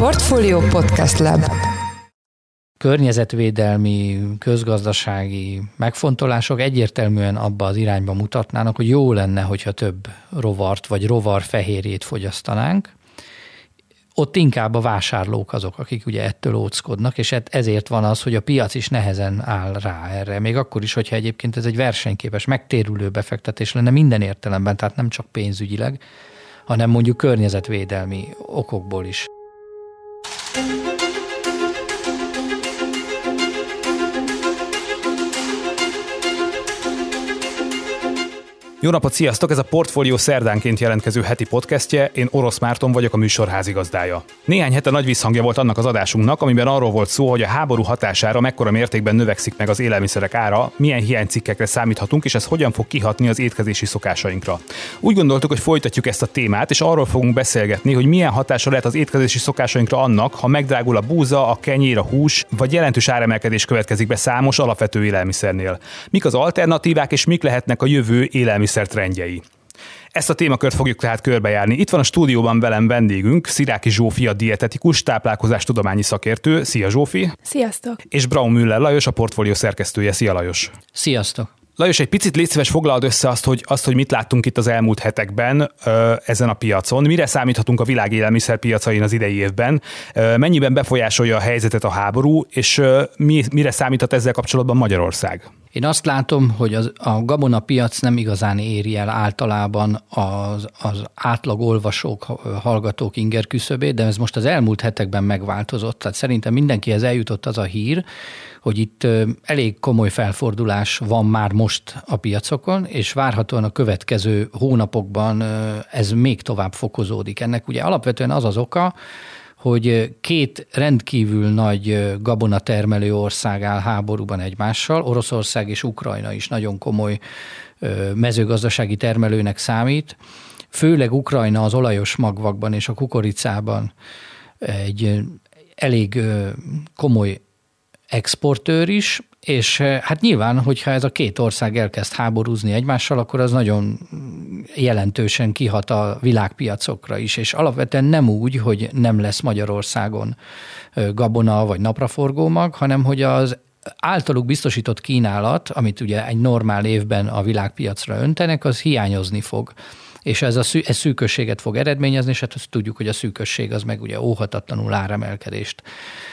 Portfolio Podcast Lab. Környezetvédelmi, közgazdasági megfontolások egyértelműen abba az irányba mutatnának, hogy jó lenne, hogyha több rovart vagy rovarfehérjét fogyasztanánk. Ott inkább a vásárlók azok, akik ugye ettől óckodnak, és ezért van az, hogy a piac is nehezen áll rá erre. Még akkor is, hogyha egyébként ez egy versenyképes, megtérülő befektetés lenne minden értelemben, tehát nem csak pénzügyileg, hanem mondjuk környezetvédelmi okokból is. Jó napot, sziasztok! Ez a Portfolio szerdánként jelentkező heti podcastje, én Orosz Márton vagyok, a műsor házigazdája. Néhány hete nagy visszhangja volt annak az adásunknak, amiben arról volt szó, hogy a háború hatására mekkora mértékben növekszik meg az élelmiszerek ára, milyen hiánycikkekre számíthatunk, és ez hogyan fog kihatni az étkezési szokásainkra. Úgy gondoltuk, hogy folytatjuk ezt a témát, és arról fogunk beszélgetni, hogy milyen hatása lehet az étkezési szokásainkra annak, ha megdrágul a búza, a kenyér, a hús, vagy jelentős áremelkedés következik be számos alapvető élelmiszernél. Mik az alternatívák, és mik lehetnek a jövő élelmiszer trendjei. Ezt a témakört fogjuk tehát körbejárni. Itt van a stúdióban velem vendégünk, Sziráki Zsófia dietetikus, táplálkozástudományi szakértő. Szia Zsófi! Sziasztok! És Braun Müller Lajos, a Portfolio szerkesztője. Szia Lajos! Sziasztok! Lajos, egy picit légy szíves, foglald össze azt, hogy mit láttunk itt az elmúlt hetekben ezen a piacon. Mire számíthatunk a világ élelmiszerpiacain az idei évben? Mennyiben befolyásolja a helyzetet a háború, és mire számíthat ezzel kapcsolatban Magyarország? Én azt látom, hogy a gabonapiac nem igazán éri el általában az átlag olvasók, hallgatók inger küszöbét, de ez most az elmúlt hetekben megváltozott. Tehát szerintem mindenkihez eljutott az a hír, hogy itt elég komoly felfordulás van már most a piacokon, és várhatóan a következő hónapokban ez még tovább fokozódik. Ennek ugye alapvetően az az oka, hogy két rendkívül nagy gabonatermelő ország áll háborúban egymással, Oroszország és Ukrajna is nagyon komoly mezőgazdasági termelőnek számít, főleg Ukrajna az olajos magvakban és a kukoricában egy elég komoly exportőr is, és hát nyilván, hogyha ez a két ország elkezd háborúzni egymással, akkor az nagyon jelentősen kihat a világpiacokra is, és alapvetően nem úgy, hogy nem lesz Magyarországon gabona vagy napraforgómag, hanem hogy az általuk biztosított kínálat, amit ugye egy normál évben a világpiacra öntenek, az hiányozni fog. És ez szűkösséget fog eredményezni, és hát azt tudjuk, hogy a szűkösség az meg ugye óhatatlanul áremelkedést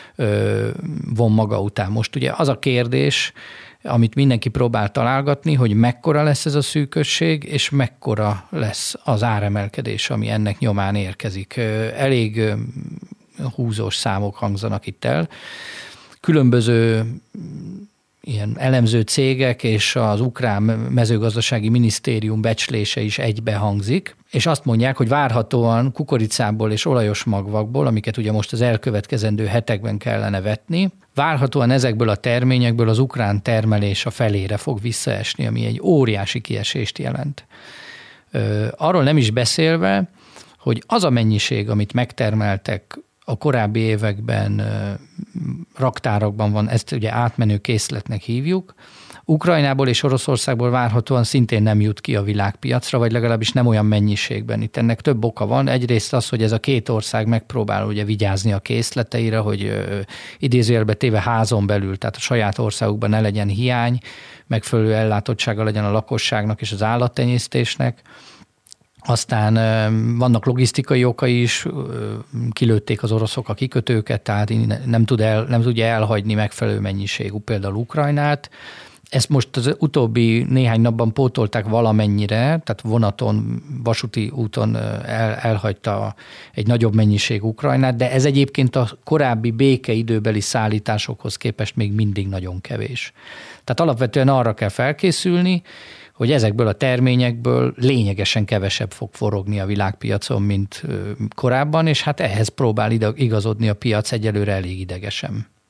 von maga után. Most ugye az a kérdés, amit mindenki próbál találgatni, hogy mekkora lesz ez a szűkösség, és mekkora lesz az áremelkedés, ami ennek nyomán érkezik. Elég húzós számok hangzanak itt el. Különböző ilyen elemző cégek és az ukrán mezőgazdasági minisztérium becslése is egybehangzik, és azt mondják, hogy várhatóan kukoricából és olajos magvakból, amiket ugye most az elkövetkezendő hetekben kellene vetni, várhatóan ezekből a terményekből az ukrán termelés a felére fog visszaesni, ami egy óriási kiesést jelent. Arról nem is beszélve, hogy az a mennyiség, amit megtermeltek a korábbi években raktárakban van, ezt ugye átmenő készletnek hívjuk. Ukrajnából és Oroszországból várhatóan szintén nem jut ki a világpiacra, vagy legalábbis nem olyan mennyiségben. Itt ennek több oka van. Egyrészt az, hogy ez a két ország megpróbál ugye vigyázni a készleteire, hogy idézőjelbe téve házon belül, tehát a saját országukban ne legyen hiány, megfelelő ellátottsága legyen a lakosságnak és az állattenyésztésnek. Aztán vannak logisztikai okai is, kilőtték az oroszok a kikötőket, tehát nem tudja elhagyni megfelelő mennyiségű például Ukrajnát. Ezt most az utóbbi néhány napban pótolták valamennyire, tehát vonaton, vasúti úton elhagyta egy nagyobb mennyiség Ukrajnát, de ez egyébként a korábbi békeidőbeli szállításokhoz képest még mindig nagyon kevés. Tehát alapvetően arra kell felkészülni, hogy ezekből a terményekből lényegesen kevesebb fog forogni a világpiacon, mint korábban, és hát ehhez próbál igazodni a piac egyelőre elég idegesen.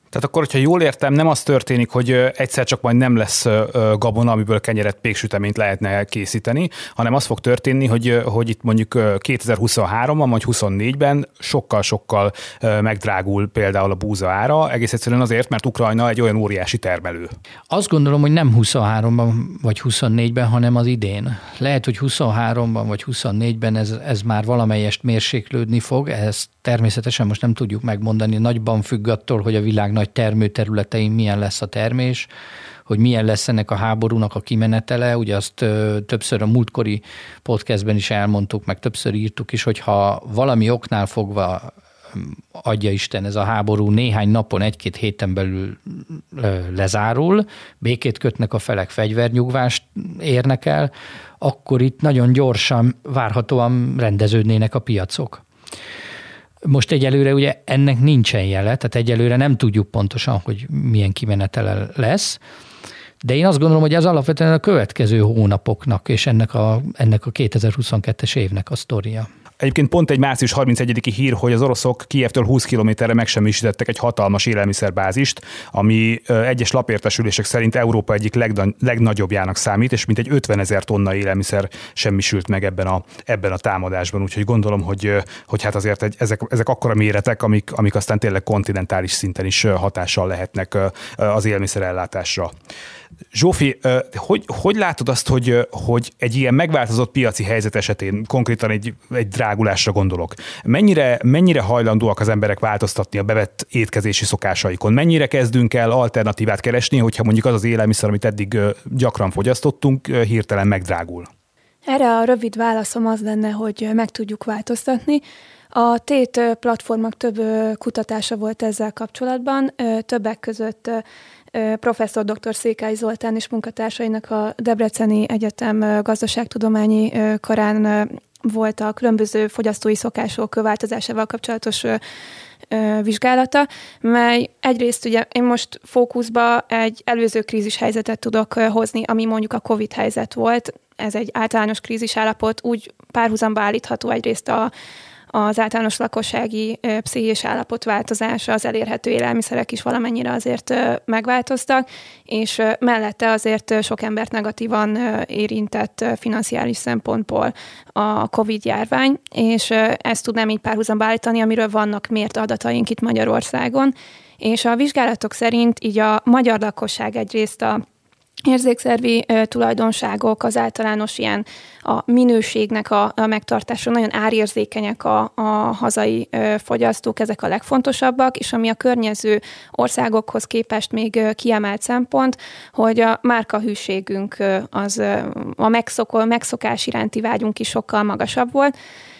Tehát akkor, hogyha jól értem, nem az történik, hogy egyszer csak majd nem lesz gabona, amiből kenyeret, péksüteményt lehetne készíteni, hanem az fog történni, hogy itt mondjuk 2023-ban, vagy 2024-ben sokkal-sokkal megdrágul például a búza ára, egész egyszerűen azért, mert Ukrajna egy olyan óriási termelő. Azt gondolom, hogy nem 23-ban vagy 24-ben, hanem az idén. Lehet, hogy 23-ban vagy 24-ben ez már valamelyest mérséklődni fog, ezt természetesen most nem tudjuk megmondani, nagyban függ attól, hogy a világ nagy termőterületein milyen lesz a termés, hogy milyen lesz ennek a háborúnak a kimenetele. Ugye azt többször a múltkori podcastben is elmondtuk, meg többször írtuk is, hogyha valami oknál fogva adja Isten, ez a háború néhány napon, egy-két héten belül lezárul, békét kötnek a felek, fegyvernyugvást érnek el, akkor itt nagyon gyorsan, várhatóan rendeződnének a piacok. Most egyelőre ugye ennek nincsen jele, tehát egyelőre nem tudjuk pontosan, hogy milyen kimenetele lesz, de én azt gondolom, hogy ez alapvetően a következő hónapoknak és ennek a 2022-es évnek a sztoria. Egyébként pont egy március 31-i hír, hogy az oroszok Kijevtől 20 kilométerre megsemmisítettek egy hatalmas élelmiszerbázist, ami egyes lapértesülések szerint Európa egyik legnagyobbjának számít, és mintegy 50 000 tonna élelmiszer semmisült meg ebben a támadásban. Úgyhogy gondolom, hogy hát azért ezek akkora méretek, amik aztán tényleg kontinentális szinten is hatással lehetnek az élelmiszerellátásra. Zsófi, hogy látod azt, hogy egy ilyen megváltozott piaci helyzet esetén, konkrétan egy drágulásra gondolok, mennyire hajlandóak az emberek változtatni a bevett étkezési szokásaikon? Mennyire kezdünk el alternatívát keresni, hogyha mondjuk az élelmiszer, amit eddig gyakran fogyasztottunk, hirtelen megdrágul? Erre a rövid válaszom az lenne, hogy meg tudjuk változtatni. A TÉT platformok több kutatása volt ezzel kapcsolatban, többek között professzor dr. Székely Zoltán és munkatársainak a Debreceni Egyetem gazdaságtudományi karán volt a különböző fogyasztói szokások változásával kapcsolatos vizsgálata, mely egyrészt ugye én most fókuszba egy előző krízis helyzetet tudok hozni, ami mondjuk a Covid helyzet volt. Ez egy általános krízis állapot, úgy párhuzamba állítható egyrészt az általános lakossági pszichés állapot változása, az elérhető élelmiszerek is valamennyire azért megváltoztak, és mellette azért sok embert negatívan érintett financiális szempontból a Covid-járvány, és ezt tudnám így párhuzamba állítani, amiről vannak mért adataink itt Magyarországon, és a vizsgálatok szerint így a magyar lakosság egyrészt a érzékszervi tulajdonságok, az általános ilyen a minőségnek a megtartása, nagyon árérzékenyek a hazai fogyasztók, ezek a legfontosabbak, és ami a környező országokhoz képest még kiemelt szempont, hogy a márkahűségünk, az a megszokás iránti vágyunk is sokkal magasabb volt,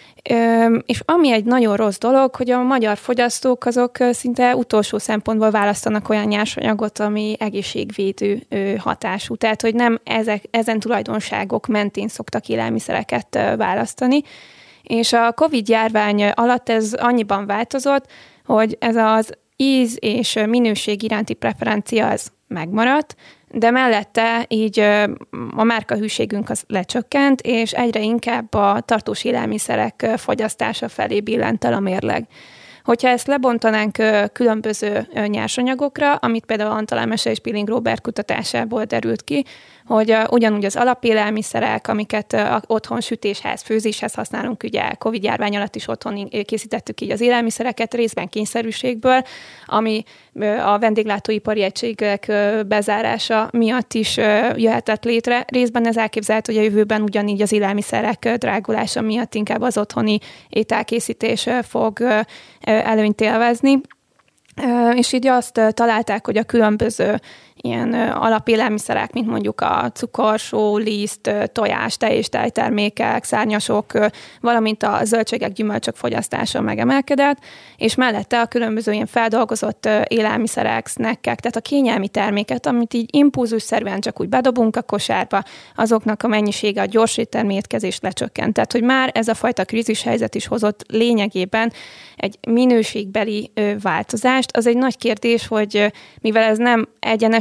és ami egy nagyon rossz dolog, hogy a magyar fogyasztók azok szinte utolsó szempontból választanak olyan nyersanyagot, ami egészségvédő hatású. Tehát, hogy nem ezen tulajdonságok mentén szoktak élelmiszereket választani. És a Covid-járvány alatt ez annyiban változott, hogy ez az íz és minőség iránti preferencia az megmaradt, de mellette így a márkahűségünk az lecsökkent, és egyre inkább a tartós élelmiszerek fogyasztása felé billent el a mérleg. Hogyha ezt lebontanánk különböző nyersanyagokra, amit például Antal Emese és Pilling Róbert kutatásából derült ki, hogy ugyanúgy az alapélelmiszerek, amiket otthon sütéshez, főzéshez használunk, ugye Covid-járvány alatt is otthon készítettük így az élelmiszereket, részben kényszerűségből, ami a vendéglátóipari egységek bezárása miatt is jöhetett létre. Részben ez elképzelhető, hogy a jövőben ugyanígy az élelmiszerek drágulása miatt inkább az otthoni ételkészítés fog előnyt élvezni. És így azt találták, hogy a különböző ilyen alapélelmiszerek, mint mondjuk a cukor, só, liszt, tojás, tej és tejtermékek, szárnyasok, valamint a zöldségek, gyümölcsök fogyasztása megemelkedett, és mellette a különböző ilyen feldolgozott élelmiszerek, snackek, tehát a kényelmi terméket, amit így impulzusszerűen csak úgy bedobunk a kosárba, azoknak a mennyisége, a gyors éttermi étkezés lecsökkent. Tehát, hogy már ez a fajta krízis helyzet is hozott lényegében egy minőségbeli változást. Az egy nagy kérdés, hogy mivel ez nem egyenes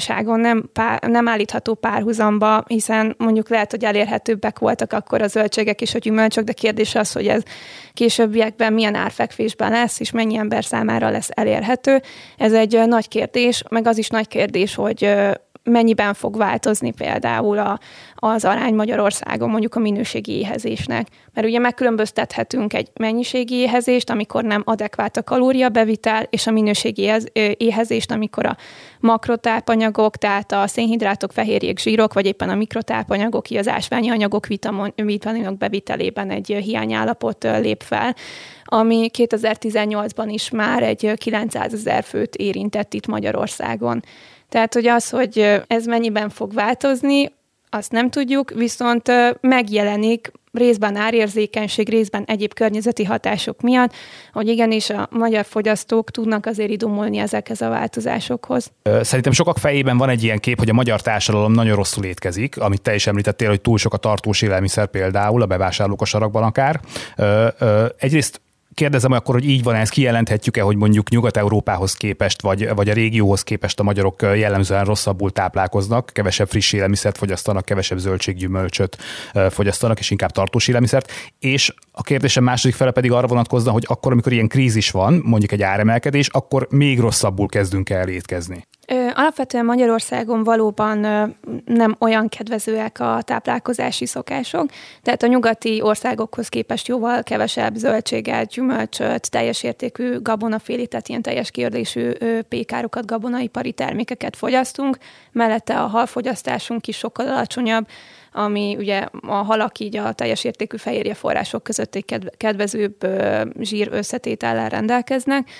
Magyarországon nem állítható párhuzamba, hiszen mondjuk lehet, hogy elérhetőbbek voltak akkor a zöldségek és a gyümölcsök, de kérdés az, hogy ez későbbiekben milyen árfekvésben lesz, és mennyi ember számára lesz elérhető. Ez egy nagy kérdés, meg az is nagy kérdés, hogy mennyiben fog változni például az arány Magyarországon mondjuk a minőségi éhezésnek. Mert ugye megkülönböztethetünk egy mennyiségi éhezést, amikor nem adekvát a kalóriabevitel, és a minőségi éhezést, amikor a makrotápanyagok, tehát a szénhidrátok, fehérjék, zsírok, vagy éppen a mikrotápanyagok, így az ásványi anyagok, vitaminok bevitelében egy hiányállapot lép fel, ami 2018-ban is már egy 900 000 főt érintett itt Magyarországon. Tehát, hogy ez mennyiben fog változni, azt nem tudjuk, viszont megjelenik részben árérzékenység, részben egyéb környezeti hatások miatt, hogy igenis a magyar fogyasztók tudnak azért idomulni ezekhez a változásokhoz. Szerintem sokak fejében van egy ilyen kép, hogy a magyar társadalom nagyon rosszul étkezik, amit te is említettél, hogy túl sok a tartós élelmiszer például, a bevásárlókosarakban akár. Egyrészt kérdezem akkor, hogy így van, ezt kijelenthetjük-e, hogy mondjuk Nyugat-Európához képest, vagy a régióhoz képest a magyarok jellemzően rosszabbul táplálkoznak, kevesebb friss élelmiszert fogyasztanak, kevesebb zöldséggyümölcsöt fogyasztanak, és inkább tartós élelmiszert. És a kérdésem második fele pedig arra vonatkozna, hogy akkor, amikor ilyen krízis van, mondjuk egy áremelkedés, akkor még rosszabbul kezdünk el étkezni. Alapvetően Magyarországon valóban nem olyan kedvezőek a táplálkozási szokások, tehát a nyugati országokhoz képest jóval kevesebb zöldséget, gyümölcsöt, teljes értékű gabonafélit, tehát ilyen teljes kiördésű pékárokat, gabonaipari termékeket fogyasztunk, mellette a halfogyasztásunk is sokkal alacsonyabb, ami ugye a halak így a teljes értékű fehérjeforrások között egy kedvezőbb zsír összetétellel rendelkeznek.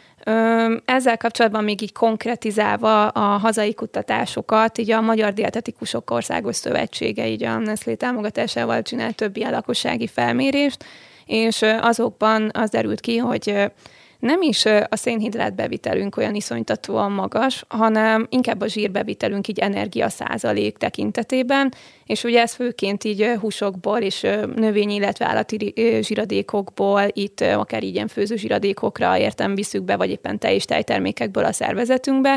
Ezzel kapcsolatban még így konkretizálva a hazai kutatásokat, így a Magyar Dietetikusok Országos Szövetsége így a Nestlé támogatásával csinált több ilyen lakossági felmérést, és azokban az derült ki, hogy nem is a szénhidrát bevitelünk olyan iszonytatóan magas, hanem inkább a zsírbevitelünk így energia százalék tekintetében, és ugye ez főként így húsokból és növényi, illetve állati zsíradékokból, itt akár így ilyen főző zsíradékokra visszük be, vagy éppen tej és tejtermékekből a szervezetünkbe.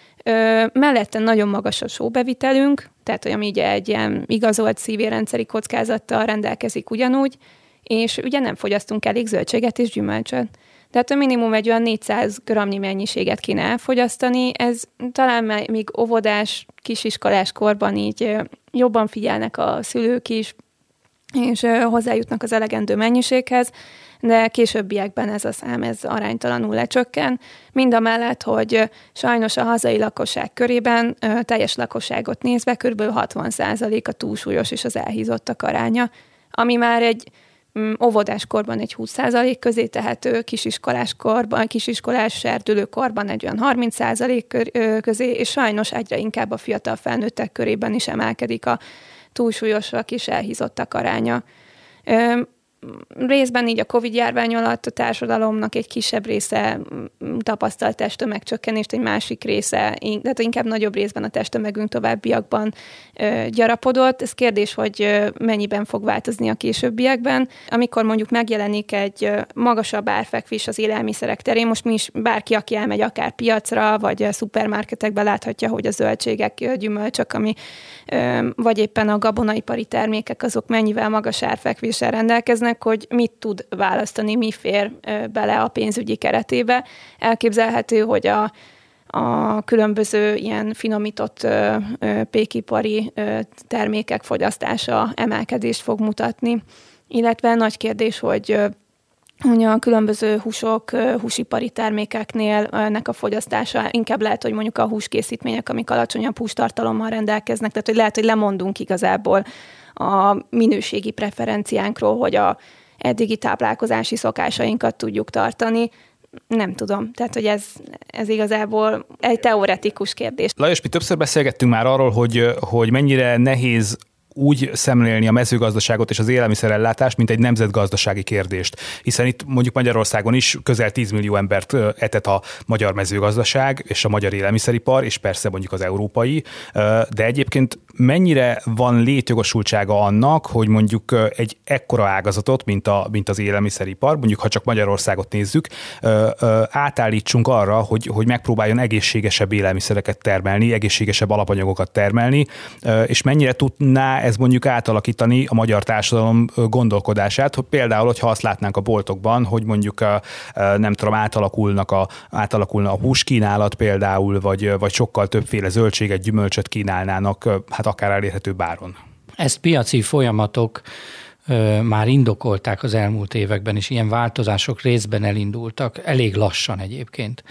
Mellette nagyon magas a sóbevitelünk, tehát olyan így egy ilyen igazolt szívérendszeri kockázattal rendelkezik ugyanúgy, és ugye nem fogyasztunk elég zöldséget és gyümölcsöt. Tehát a minimum egy olyan 400 g-nyi mennyiséget kéne elfogyasztani, ez talán még óvodás, kisiskolás korban így jobban figyelnek a szülők is, és hozzájutnak az elegendő mennyiséghez, de későbbiekben ez a szám aránytalanul lecsökken. Mindamellett, hogy sajnos a hazai lakosság körében teljes lakosságot nézve kb. 60% a túlsúlyos és az elhízottak aránya, ami már egy óvodáskorban egy 20% közé tehető, kisiskolás serdülőkorban egy olyan 30% közé, és sajnos egyre inkább a fiatal felnőttek körében is emelkedik a túlsúlyosak és elhízottak aránya. Részben így a Covid-járvány alatt a társadalomnak egy kisebb része tapasztalt testtömegcsökkenést, egy másik része, de inkább nagyobb részben a testtömegünk továbbiakban gyarapodott. Ez kérdés, hogy mennyiben fog változni a későbbiekben. Amikor mondjuk megjelenik egy magasabb árfekvés az élelmiszerek terén, most mi is bárki, aki elmegy akár piacra, vagy a szupermarketekben láthatja, hogy a zöldségek, gyümölcsök, vagy éppen a gabonaipari termékek, azok mennyivel magas árfekvéssel rendelkeznek, hogy mit tud választani, mi fér bele a pénzügyi keretébe. Elképzelhető, hogy a különböző ilyen finomított pékipari termékek fogyasztása emelkedést fog mutatni, illetve nagy kérdés, hogy a különböző húsok, húsipari termékeknél ennek a fogyasztása inkább lehet, hogy mondjuk a húskészítmények, amik alacsonyabb hústartalommal rendelkeznek, tehát hogy lehet, hogy lemondunk igazából a minőségi preferenciánkról, hogy a eddigi táplálkozási szokásainkat tudjuk tartani. Nem tudom. Tehát, hogy ez igazából egy teoretikus kérdés. Lajos, mi többször beszélgettünk már arról, hogy mennyire nehéz úgy szemlélni a mezőgazdaságot és az élelmiszerellátást, mint egy nemzetgazdasági kérdést. Hiszen itt mondjuk Magyarországon is közel 10 millió embert etet a magyar mezőgazdaság és a magyar élelmiszeripar, és persze mondjuk az európai, de egyébként mennyire van létjogosultsága annak, hogy mondjuk egy ekkora ágazatot, mint az élelmiszeripar, mondjuk ha csak Magyarországot nézzük, átállítsunk arra, hogy megpróbáljon egészségesebb élelmiszereket termelni, egészségesebb alapanyagokat termelni, és mennyire tudná ez mondjuk átalakítani a magyar társadalom gondolkodását, hogy például, hogyha azt látnánk a boltokban, hogy mondjuk nem tudom, átalakulna a húskínálat például, vagy sokkal többféle zöldséget, gyümölcsöt kínálnának, hát akár elérhető áron. Ezt piaci folyamatok már indokolták az elmúlt években, és ilyen változások részben elindultak, elég lassan egyébként.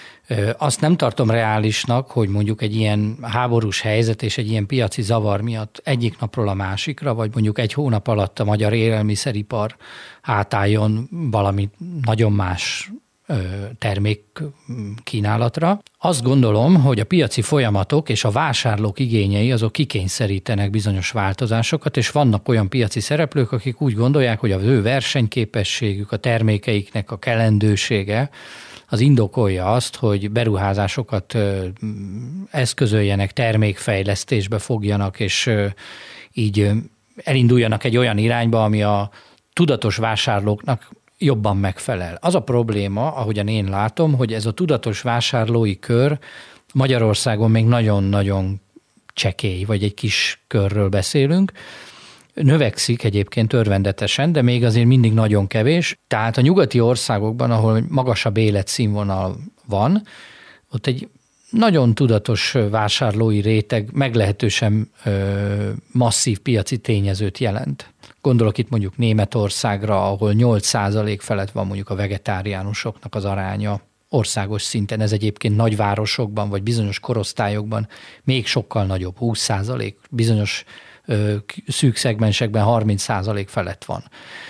Azt nem tartom reálisnak, hogy mondjuk egy ilyen háborús helyzet és egy ilyen piaci zavar miatt egyik napról a másikra, vagy mondjuk egy hónap alatt a magyar élelmiszeripar átálljon valami nagyon más termék kínálatra. Azt gondolom, hogy a piaci folyamatok és a vásárlók igényei azok kikényszerítenek bizonyos változásokat, és vannak olyan piaci szereplők, akik úgy gondolják, hogy az ő versenyképességük, a termékeiknek a kelendősége az indokolja azt, hogy beruházásokat eszközöljenek, termékfejlesztésbe fogjanak, és így elinduljanak egy olyan irányba, ami a tudatos vásárlóknak jobban megfelel. Az a probléma, ahogyan én látom, hogy ez a tudatos vásárlói kör Magyarországon még nagyon-nagyon csekély, vagy egy kis körről beszélünk. Növekszik egyébként örvendetesen, de még azért mindig nagyon kevés. Tehát a nyugati országokban, ahol magasabb életszínvonal van, ott egy nagyon tudatos vásárlói réteg meglehetősen masszív piaci tényezőt jelent. Gondolok itt mondjuk Németországra, ahol 8% felett van mondjuk a vegetáriánusoknak az aránya országos szinten. Ez egyébként nagyvárosokban vagy bizonyos korosztályokban még sokkal nagyobb, 20%, bizonyos szűk szegmensekben 30% felett van.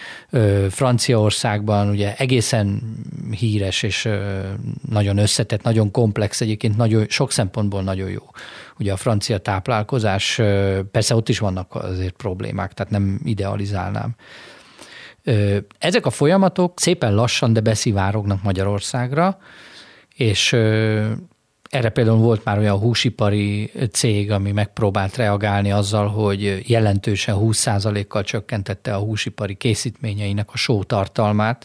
Franciaországban ugye egészen híres és nagyon összetett, nagyon komplex, egyébként nagyon, sok szempontból nagyon jó. Ugye a francia táplálkozás, persze ott is vannak azért problémák, tehát nem idealizálnám. Ezek a folyamatok szépen lassan, de beszivárognak Magyarországra, és erre például volt már olyan húsipari cég, ami megpróbált reagálni azzal, hogy jelentősen 20%-kal csökkentette a húsipari készítményeinek a sótartalmát,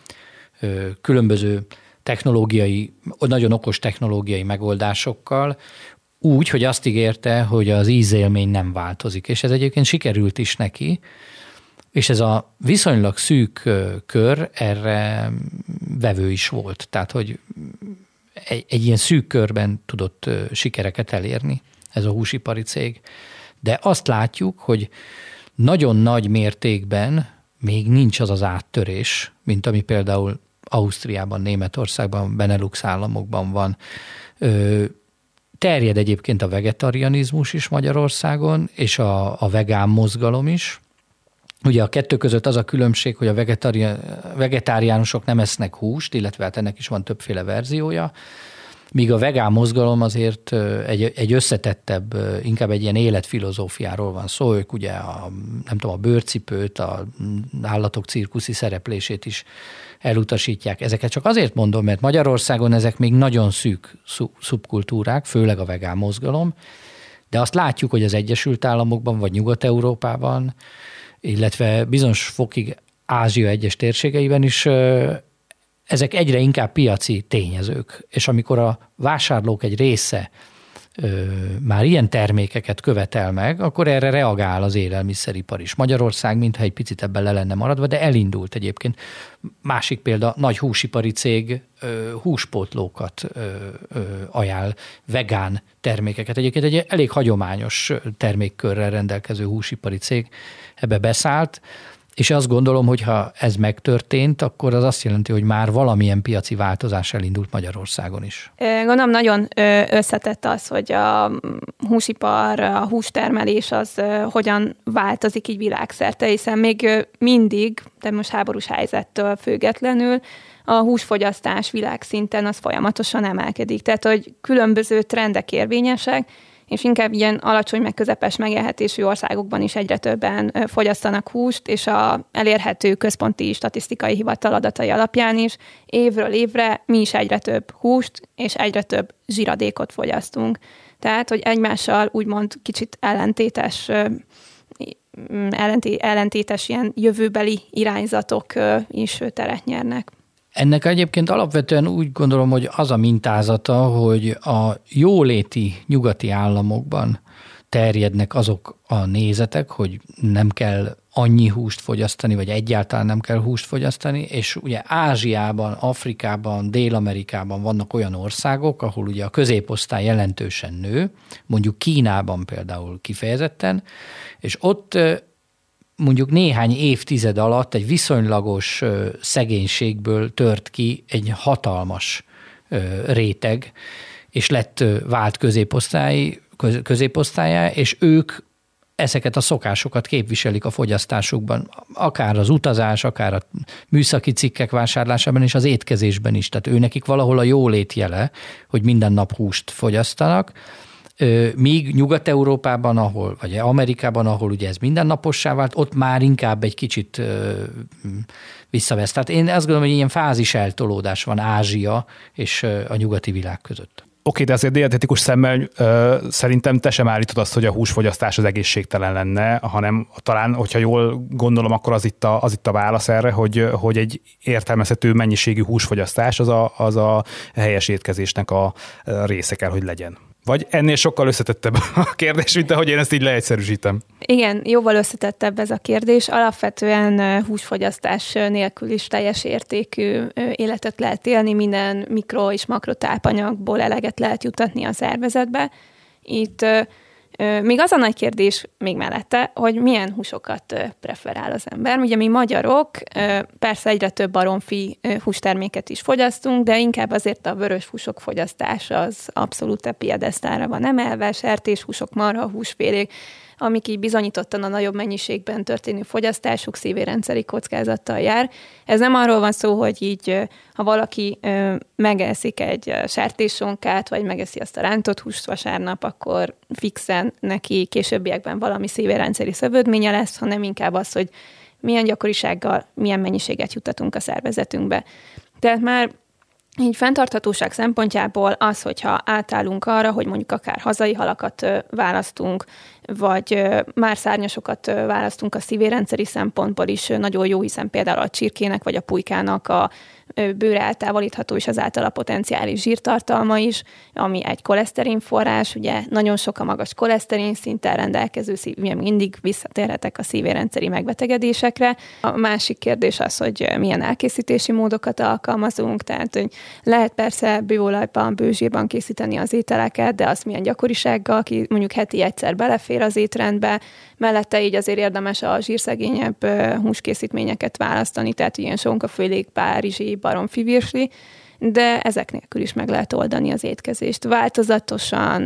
különböző technológiai, nagyon okos technológiai megoldásokkal, úgy, hogy azt ígérte, hogy az ízélmény nem változik. És ez egyébként sikerült is neki, és ez a viszonylag szűk kör erre vevő is volt. Tehát, hogy egy ilyen szűk körben tudott sikereket elérni ez a húsipari cég. De azt látjuk, hogy nagyon nagy mértékben még nincs az az áttörés, mint ami például Ausztriában, Németországban, Benelux államokban van. Terjed egyébként a vegetarianizmus is Magyarországon, és a vegán mozgalom is. Ugye a kettő között az a különbség, hogy a vegetáriánusok nem esznek húst, illetve hát ennek is van többféle verziója, míg a vegán mozgalom azért egy összetettebb, inkább egy ilyen életfilozófiáról van szó, ők ugye a bőrcipőt, a állatok cirkuszi szereplését is elutasítják. Ezeket csak azért mondom, mert Magyarországon ezek még nagyon szűk szubkultúrák, főleg a vegán mozgalom, de azt látjuk, hogy az Egyesült Államokban vagy Nyugat-Európában, illetve bizonyos fokig Ázsia egyes térségeiben is ezek egyre inkább piaci tényezők. És amikor a vásárlók egy része már ilyen termékeket követel meg, akkor erre reagál az élelmiszeripar is. Magyarország mintha egy picit ebben le lenne maradva, de elindult egyébként. Másik példa, nagy húsipari cég húspótlókat ajánl, vegán termékeket. Egyébként egy elég hagyományos termékkörrel rendelkező húsipari cég ebbe beszállt, és azt gondolom, hogy ha ez megtörtént, akkor az azt jelenti, hogy már valamilyen piaci változás elindult Magyarországon is. Gondolom nagyon összetett az, hogy a húsipar, a hústermelés az hogyan változik így világszerte, hiszen még mindig, de most háborús helyzettől függetlenül, a húsfogyasztás világszinten az folyamatosan emelkedik. Tehát, hogy különböző trendek érvényesek, és inkább ilyen alacsony meg közepes megélhetésű országokban is egyre többen fogyasztanak húst, és a elérhető központi statisztikai hivatal adatai alapján is évről évre mi is egyre több húst és egyre több zsiradékot fogyasztunk. Tehát, hogy egymással úgymond kicsit ellentétes ilyen jövőbeli irányzatok is teret nyernek. Ennek egyébként alapvetően úgy gondolom, hogy az a mintázata, hogy a jóléti nyugati államokban terjednek azok a nézetek, hogy nem kell annyi húst fogyasztani, vagy egyáltalán nem kell húst fogyasztani, és ugye Ázsiában, Afrikában, Dél-Amerikában vannak olyan országok, ahol ugye a középosztály jelentősen nő, mondjuk Kínában például kifejezetten, és ott mondjuk néhány évtized alatt egy viszonylagos szegénységből tört ki egy hatalmas réteg, és vált középosztályá, és ők ezeket a szokásokat képviselik a fogyasztásukban, akár az utazás, akár a műszaki cikkek vásárlásában és az étkezésben is. Tehát őnekik valahol a jólét jele, hogy minden nap húst fogyasztanak, míg Nyugat-Európában, vagy Amerikában, ahol ugye ez mindennapossá vált, ott már inkább egy kicsit visszavesz. Tehát én azt gondolom, hogy ilyen fázis eltolódás van Ázsia és a nyugati világ között. Oké, de azért dietetikus szemmel szerintem te sem állítod azt, hogy a húsfogyasztás az egészségtelen lenne, hanem talán, hogyha jól gondolom, akkor az itt a válasz erre, hogy egy értelmezhető mennyiségű húsfogyasztás az a helyes étkezésnek a része kell, hogy legyen. Vagy ennél sokkal összetettebb a kérdés, mint ahogy én ezt így leegyszerűsítem. Igen, jóval összetettebb ez a kérdés. Alapvetően húsfogyasztás nélkül is teljes értékű életet lehet élni, minden mikro- és makrotápanyagból eleget lehet jutatni a szervezetbe. Itt még az a nagy kérdés még mellette, hogy milyen húsokat preferál az ember. Ugye mi magyarok persze egyre több baromfi hústerméket is fogyasztunk, de inkább azért a vörös húsok fogyasztása az abszolút a piedesztára van emelve, sertéshúsok, marhahúsfélék, amik így bizonyítottan a nagyobb mennyiségben történő fogyasztásuk szívérendszeri kockázattal jár. Ez nem arról van szó, hogy így, ha valaki megeszik egy sertéssonkát, vagy megeszi azt a rántott húst vasárnap, akkor fixen neki későbbiekben valami szívérendszeri szövődménye lesz, hanem inkább az, hogy milyen gyakorisággal, milyen mennyiséget juttatunk a szervezetünkbe. Tehát már így fenntarthatóság szempontjából az, hogyha átállunk arra, hogy mondjuk akár hazai halakat választunk, vagy már szárnyasokat választunk a szívérendszeri szempontból is nagyon jó, hiszen például a csirkének vagy a pulykának a bőre eltávolítható is az általa potenciális zsírtartalma is, ami egy koleszterin forrás, ugye nagyon sok a magas koleszterin szinten rendelkező ugye mindig visszatérhetek a szívérendszeri megbetegedésekre. A másik kérdés az, hogy milyen elkészítési módokat alkalmazunk, tehát hogy lehet persze bőolajban, bőzsírban készíteni az ételeket, de azt milyen gyakorisággal, mondjuk heti egyszer belefér az étrendbe, mellette így azért érdemes a zsírszegényebb húskészítményeket választani, tehát ilyen sonkafélék, rizsi, baromfi virsli, de ezek nélkül is meg lehet oldani az étkezést. Változatosan,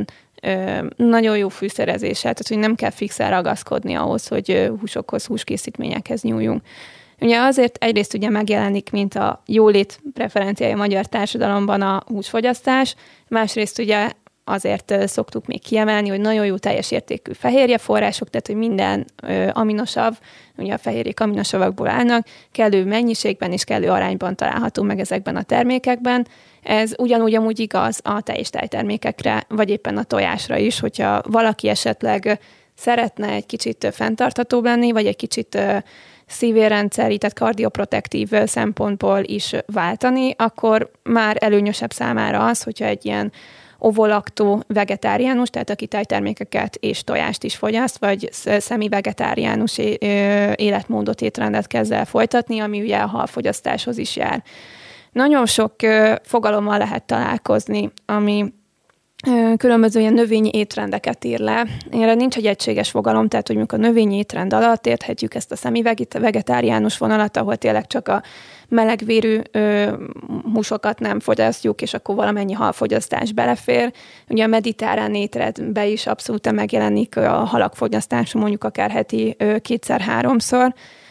nagyon jó fűszerezéssel, tehát hogy nem kell fixen ragaszkodni ahhoz, hogy húsokhoz, húskészítményekhez nyúljunk. Ugye azért egyrészt ugye megjelenik, mint a jólét preferenciája a magyar társadalomban a húsfogyasztás, másrészt ugye azért szoktuk még kiemelni, hogy nagyon jó teljes értékű fehérjeforrások, tehát hogy minden aminosav, ugye a fehérjék aminosavakból állnak, kellő mennyiségben és kellő arányban található meg ezekben a termékekben. Ez ugyanúgy amúgy igaz a teljes tejtermékekre, vagy éppen a tojásra is, hogyha valaki esetleg szeretne egy kicsit fenntarthatóbb lenni, vagy egy kicsit szívérrendszeri, tehát kardioprotektív szempontból is váltani, akkor már előnyösebb számára az, hogyha egy ilyen ovolaktó vegetáriánus, tehát aki tejtermékeket és tojást is fogyaszt, vagy szemi-vegetáriánus életmódot, étrendet kezd el folytatni, ami ugye a halfogyasztáshoz is jár. Nagyon sok fogalommal lehet találkozni, ami különböző ilyen növényi étrendeket ír le. Erre nincs egy egységes fogalom, tehát hogy a növényi étrend alatt érthetjük ezt a szemi-vegetáriánus vonalat, ahol tényleg csak a melegvérű húsokat nem fogyasztjuk, és akkor valamennyi halfogyasztás belefér. Ugye a mediterrán étrendben is abszolút megjelenik a halak fogyasztása, mondjuk akár heti 2-3-szor.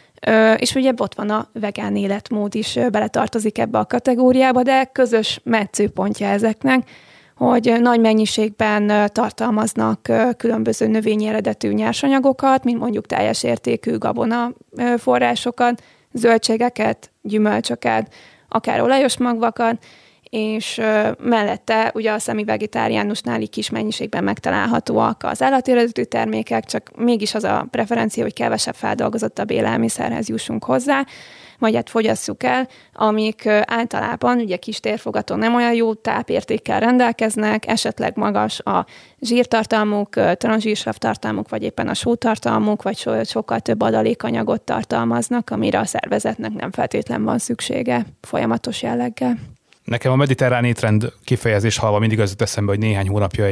És ugye ott van a vegán életmód is beletartozik ebbe a kategóriába, de közös metszőpontja ezeknek, hogy nagy mennyiségben tartalmaznak különböző növényi eredetű nyersanyagokat, mint mondjuk teljes értékű gabona forrásokat, zöldségeket, gyümölcsöket, akár olajos magvakat, és mellette ugye a szemi-vegetáriánusnál így kis mennyiségben megtalálhatóak az állati eredetű termékek, csak mégis az a preferencia, hogy kevesebb feldolgozottabb élelmiszerhez jussunk hozzá, vagy hát fogyasszuk el, amik általában ugye kis térfogaton nem olyan jó tápértékkel rendelkeznek, esetleg magas a zsírtartalmuk, transzsírsav tartalmuk, vagy éppen a sótartalmuk, vagy sokkal több adalékanyagot tartalmaznak, amire a szervezetnek nem feltétlen van szüksége folyamatos jelleggel. Nekem a mediterrán étrend kifejezés hallva mindig az jut eszembe, hogy néhány hónapja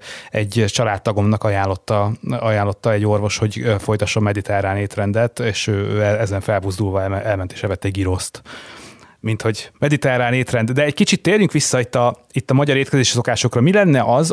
egy családtagomnak ajánlotta egy orvos, hogy folytasson mediterrán étrendet, és ő ezen felbuzdulva elment és evett egy giroszt. Mint hogy mediterrán étrend. De egy kicsit térjünk vissza itt a magyar étkezési szokásokra. Mi lenne az,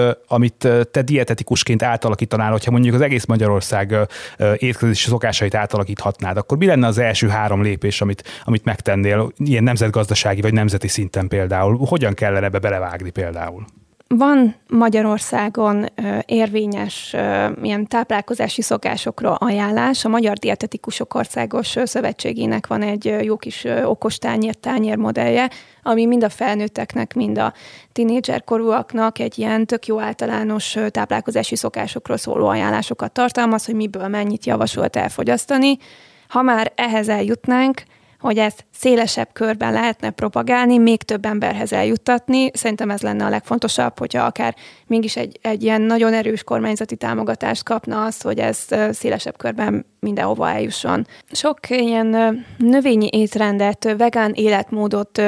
amit te dietetikusként átalakítanál, hogyha mondjuk az egész Magyarország étkezési szokásait átalakíthatnád, akkor mi lenne az első 3 lépés, amit megtennél ilyen nemzetgazdasági vagy nemzeti szinten például? Hogyan kellene ebbe belevágni például? Van Magyarországon érvényes ilyen táplálkozási szokásokra ajánlás. A Magyar Dietetikusok Országos Szövetségének van egy jó kis okos tányér-modellje, ami mind a felnőtteknek, mind a tinédzserkorúaknak egy ilyen tök jó általános táplálkozási szokásokról szóló ajánlásokat tartalmaz, hogy miből mennyit javasolt elfogyasztani. Ha már ehhez eljutnánk, hogy ezt szélesebb körben lehetne propagálni, még több emberhez eljuttatni. Szerintem ez lenne a legfontosabb, hogyha akár mégis egy ilyen nagyon erős kormányzati támogatást kapna az, hogy ez szélesebb körben mindenhova eljusson. Sok ilyen növényi étrendet, vegán életmódot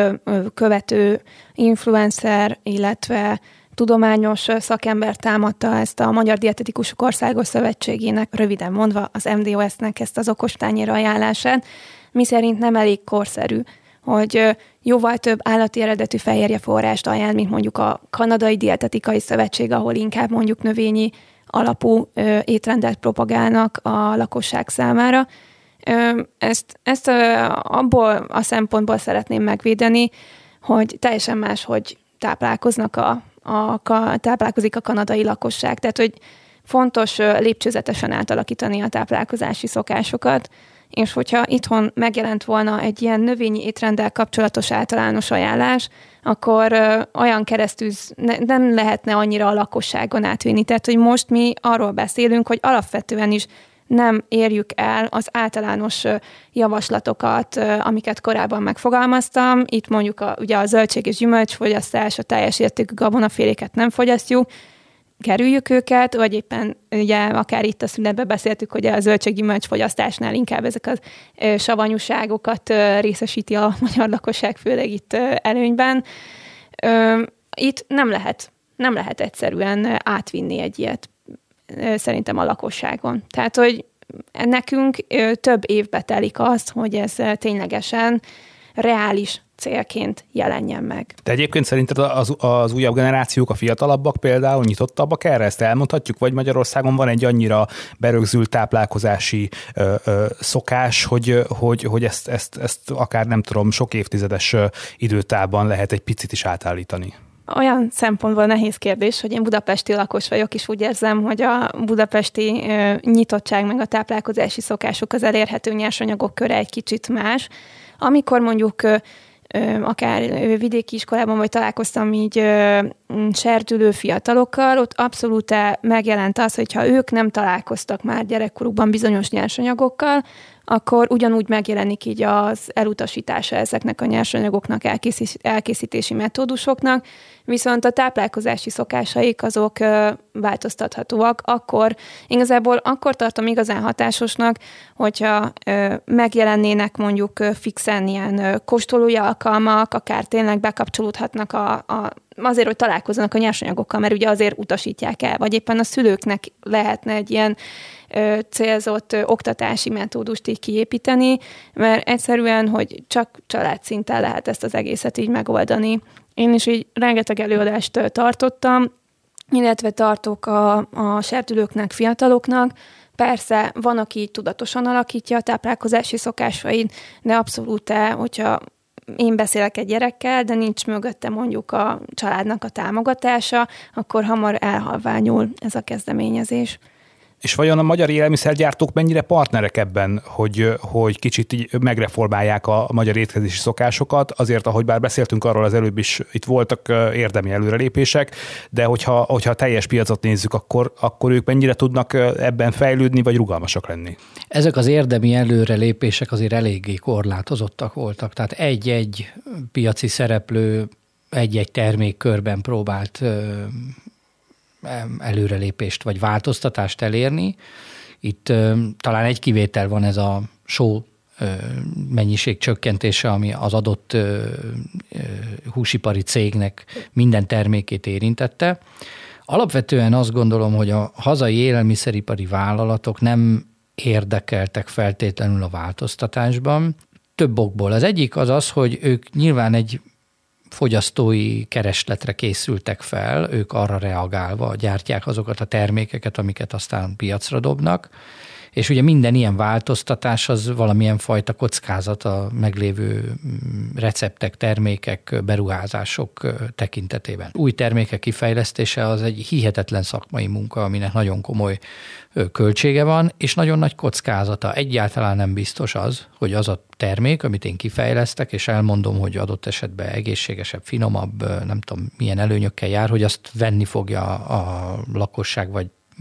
követő influencer, illetve tudományos szakember támadta ezt a Magyar Dietetikusok Országos Szövetségének, röviden mondva az MDOS-nek ezt az okostányér ajánlását, miszerint nem elég korszerű, hogy jóval több állati eredetű fehérjeforrást ajánl, mint mondjuk a Kanadai Dietetikai Szövetség, ahol inkább mondjuk növényi alapú étrendet propagálnak a lakosság számára. Ezt abból a szempontból szeretném megvédeni, hogy teljesen máshogy táplálkozik a kanadai lakosság. Tehát, hogy fontos lépcsőzetesen átalakítani a táplálkozási szokásokat, és hogyha itthon megjelent volna egy ilyen növényi étrenddel kapcsolatos általános ajánlás, akkor olyan keresztűz nem lehetne annyira a lakosságon átvinni. Tehát, hogy most mi arról beszélünk, hogy alapvetően is nem érjük el az általános javaslatokat, amiket korábban megfogalmaztam. Itt mondjuk ugye a zöldség és gyümölcsfogyasztás, a teljes értékű gabonaféléket nem fogyasztjuk, kerüljük őket, vagy éppen ugye akár itt a szünetben beszéltük, hogy a zöldséggyümölcs fogyasztásnál inkább ezek a savanyúságokat részesíti a magyar lakosság, főleg itt előnyben. Itt nem lehet egyszerűen átvinni egy ilyet szerintem a lakosságon. Tehát, hogy nekünk több évbe telik az, hogy ez ténylegesen reális célként jelenjen meg. De egyébként szerinted az újabb generációk, a fiatalabbak például nyitottabbak erre? Ezt elmondhatjuk? Vagy Magyarországon van egy annyira berögzült táplálkozási szokás, hogy ezt akár nem tudom, sok évtizedes időtávban lehet egy picit is átállítani? Olyan szempontból nehéz kérdés, hogy én budapesti lakos vagyok, és úgy érzem, hogy a budapesti nyitottság meg a táplálkozási szokások, az elérhető nyersanyagok köre egy kicsit más. Amikor mondjuk akár vidéki iskolában, vagy találkoztam így serdülő fiatalokkal, ott abszolút megjelent az, hogyha ők nem találkoztak már gyerekkorukban bizonyos nyersanyagokkal, akkor ugyanúgy megjelenik így az elutasítása ezeknek a nyersanyagoknak, elkészítési metódusoknak, viszont a táplálkozási szokásaik azok változtathatóak. Igazából akkor tartom igazán hatásosnak, hogyha megjelennének mondjuk fixen ilyen kóstolói alkalmak, akár tényleg bekapcsolódhatnak azért, hogy találkozzanak a nyersanyagokkal, mert ugye azért utasítják el, vagy éppen a szülőknek lehetne egy ilyen célzott oktatási metódust így kiépíteni, mert egyszerűen, hogy csak családszinten lehet ezt az egészet így megoldani. Én is így rengeteg előadást tartottam, illetve tartok a serdülőknek, fiataloknak. Persze van, aki tudatosan alakítja a táplálkozási szokásait, de abszolút, hogyha én beszélek egy gyerekkel, de nincs mögötte mondjuk a családnak a támogatása, akkor hamar elhalványul ez a kezdeményezés. És vajon a magyar élelmiszergyártók mennyire partnerek ebben, hogy kicsit így megreformálják a magyar étkezési szokásokat? Azért, ahogy bár beszéltünk arról az előbb is, itt voltak érdemi előrelépések, de hogyha a teljes piacot nézzük, akkor ők mennyire tudnak ebben fejlődni, vagy rugalmasak lenni? Ezek az érdemi előrelépések azért eléggé korlátozottak voltak. Tehát egy-egy piaci szereplő egy-egy termékkörben próbált előrelépést vagy változtatást elérni. Itt talán egy kivétel van, ez a só mennyiség csökkentése, ami az adott húsipari cégnek minden termékét érintette. Alapvetően azt gondolom, hogy a hazai élelmiszeripari vállalatok nem érdekeltek feltétlenül a változtatásban. Több okból. Az egyik az, hogy ők nyilván egy fogyasztói keresletre készültek fel, ők arra reagálva gyártják azokat a termékeket, amiket aztán piacra dobnak, és ugye minden ilyen változtatás az valamilyen fajta kockázat a meglévő receptek, termékek, beruházások tekintetében. Új termékek kifejlesztése az egy hihetetlen szakmai munka, aminek nagyon komoly költsége van, és nagyon nagy kockázata. Egyáltalán nem biztos az, hogy az a termék, amit én kifejlesztek, és elmondom, hogy adott esetben egészségesebb, finomabb, nem tudom milyen előnyökkel jár, hogy azt venni fogja a lakosság,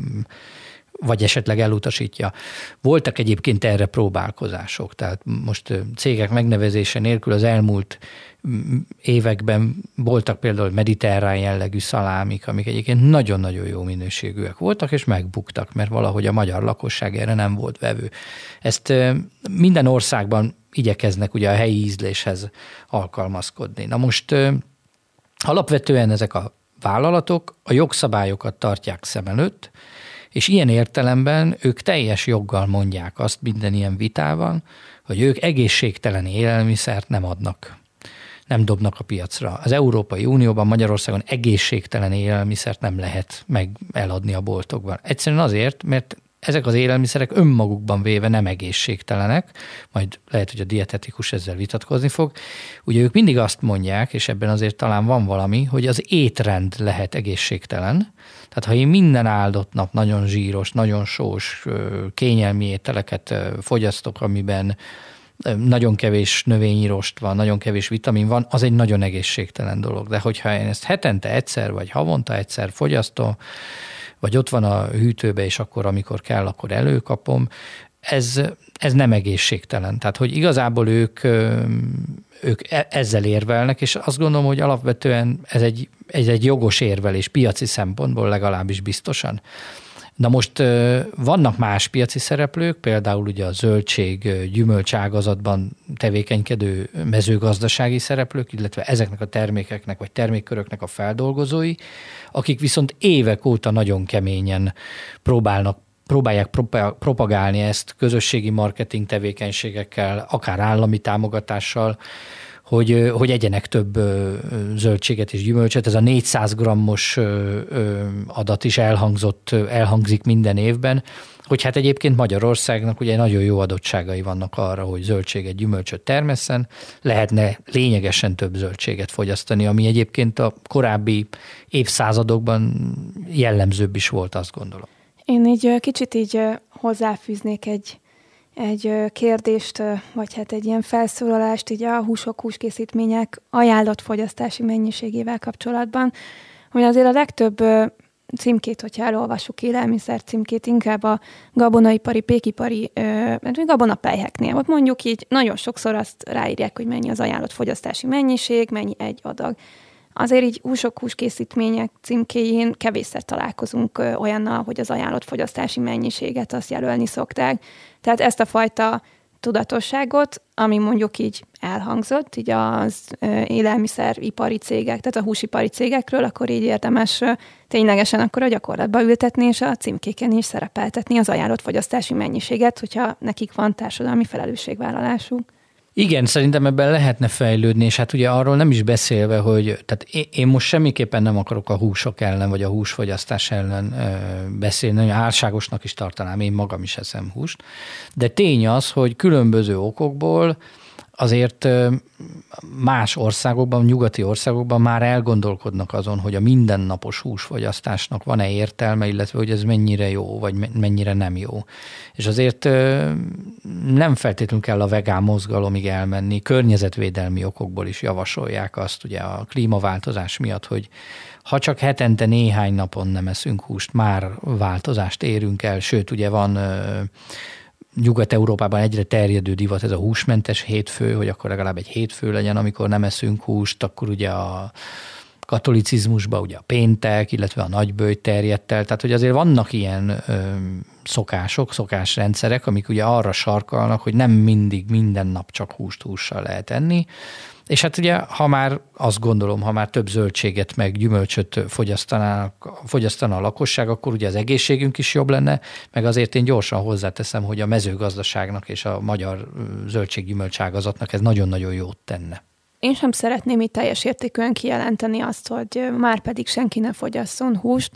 vagy esetleg elutasítja. Voltak egyébként erre próbálkozások, tehát most cégek megnevezése nélkül az elmúlt években voltak például mediterrán jellegű szalámik, amik egyébként nagyon-nagyon jó minőségűek voltak, és megbuktak, mert valahogy a magyar lakosság erre nem volt vevő. Ezt minden országban igyekeznek ugye a helyi ízléshez alkalmazkodni. Na most alapvetően ezek a vállalatok a jogszabályokat tartják szem előtt, és ilyen értelemben ők teljes joggal mondják azt minden ilyen vitában, hogy ők egészségtelen élelmiszert nem adnak, nem dobnak a piacra. Az Európai Unióban, Magyarországon egészségtelen élelmiszert nem lehet meg eladni a boltokban. Egyszerűen azért, mert ezek az élelmiszerek önmagukban véve nem egészségtelenek, majd lehet, hogy a dietetikus ezzel vitatkozni fog. Ugye ők mindig azt mondják, és ebben azért talán van valami, hogy az étrend lehet egészségtelen. Tehát ha én minden áldott nap nagyon zsíros, nagyon sós, kényelmi ételeket fogyasztok, amiben nagyon kevés növényi rost van, nagyon kevés vitamin van, az egy nagyon egészségtelen dolog. De hogyha én ezt hetente egyszer, vagy havonta egyszer fogyasztom, vagy ott van a hűtőbe, és akkor, amikor kell, akkor előkapom, ez nem egészségtelen. Tehát, hogy igazából ők ezzel érvelnek, és azt gondolom, hogy alapvetően ez egy jogos érvelés piaci szempontból legalábbis biztosan. Na most vannak más piaci szereplők, például ugye a zöldség, gyümölcs ágazatban tevékenykedő mezőgazdasági szereplők, illetve ezeknek a termékeknek vagy termékköröknek a feldolgozói, akik viszont évek óta nagyon keményen próbálják propagálni ezt közösségi marketing tevékenységekkel, akár állami támogatással, hogy egyenek több zöldséget és gyümölcsöt. Ez a 400 grammos adat is elhangzik minden évben, hogy hát egyébként Magyarországnak ugye nagyon jó adottságai vannak arra, hogy zöldséget, gyümölcsöt termesszen, lehetne lényegesen több zöldséget fogyasztani, ami egyébként a korábbi évszázadokban jellemzőbb is volt, azt gondolom. Én így kicsit így hozzáfűznék egy kérdést, vagy hát egy ilyen felszólalást így a húskészítmények ajánlott fogyasztási mennyiségével kapcsolatban, hogy azért a legtöbb címkét, hogyha elolvassuk élelmiszer címkét, inkább a gabonaipari, pékipari, gabonapelyheknél. Ott mondjuk így nagyon sokszor azt ráírják, hogy mennyi az ajánlott fogyasztási mennyiség, mennyi egy adag. Azért így húskészítmények címkéjén kevésszer találkozunk olyannal, hogy az ajánlott fogyasztási mennyiséget azt jelölni szokták. Tehát ezt a fajta tudatosságot, ami mondjuk így elhangzott, így az élelmiszeripari cégek, tehát a húsipari cégekről, akkor így érdemes ténylegesen akkor a gyakorlatba ültetni, és a címkéken is szerepeltetni az ajánlott fogyasztási mennyiséget, hogyha nekik van társadalmi felelősségvállalásuk. Igen, szerintem ebben lehetne fejlődni, és hát ugye arról nem is beszélve, hogy tehát én most semmiképpen nem akarok a húsok ellen, vagy a húsfogyasztás ellen beszélni, álságosnak is tartanám, én magam is eszem húst, de tény az, hogy különböző okokból azért más országokban, nyugati országokban már elgondolkodnak azon, hogy a mindennapos húsfogyasztásnak van-e értelme, illetve hogy ez mennyire jó, vagy mennyire nem jó. És azért nem feltétlenül kell a vegán mozgalomig elmenni, környezetvédelmi okokból is javasolják azt, ugye a klímaváltozás miatt, hogy ha csak hetente néhány napon nem eszünk húst, már változást érünk el, sőt, ugye van Nyugat-Európában egyre terjedő divat ez a húsmentes hétfő, hogy akkor legalább egy hétfő legyen, amikor nem eszünk húst, akkor ugye a katolicizmusban ugye a péntek, illetve a nagyböjt terjedt el, tehát hogy azért vannak ilyen szokásrendszerek, amik ugye arra sarkalnak, hogy nem mindig minden nap csak hússal lehet enni, és hát ugye, ha már több zöldséget meg gyümölcsöt fogyasztana a lakosság, akkor ugye az egészségünk is jobb lenne, meg azért én gyorsan hozzáteszem, hogy a mezőgazdaságnak és a magyar zöldséggyümölcs ágazatnak ez nagyon-nagyon jót tenne. Én sem szeretném itt teljes értékűen kijelenteni azt, hogy már pedig senki ne fogyasszon húst.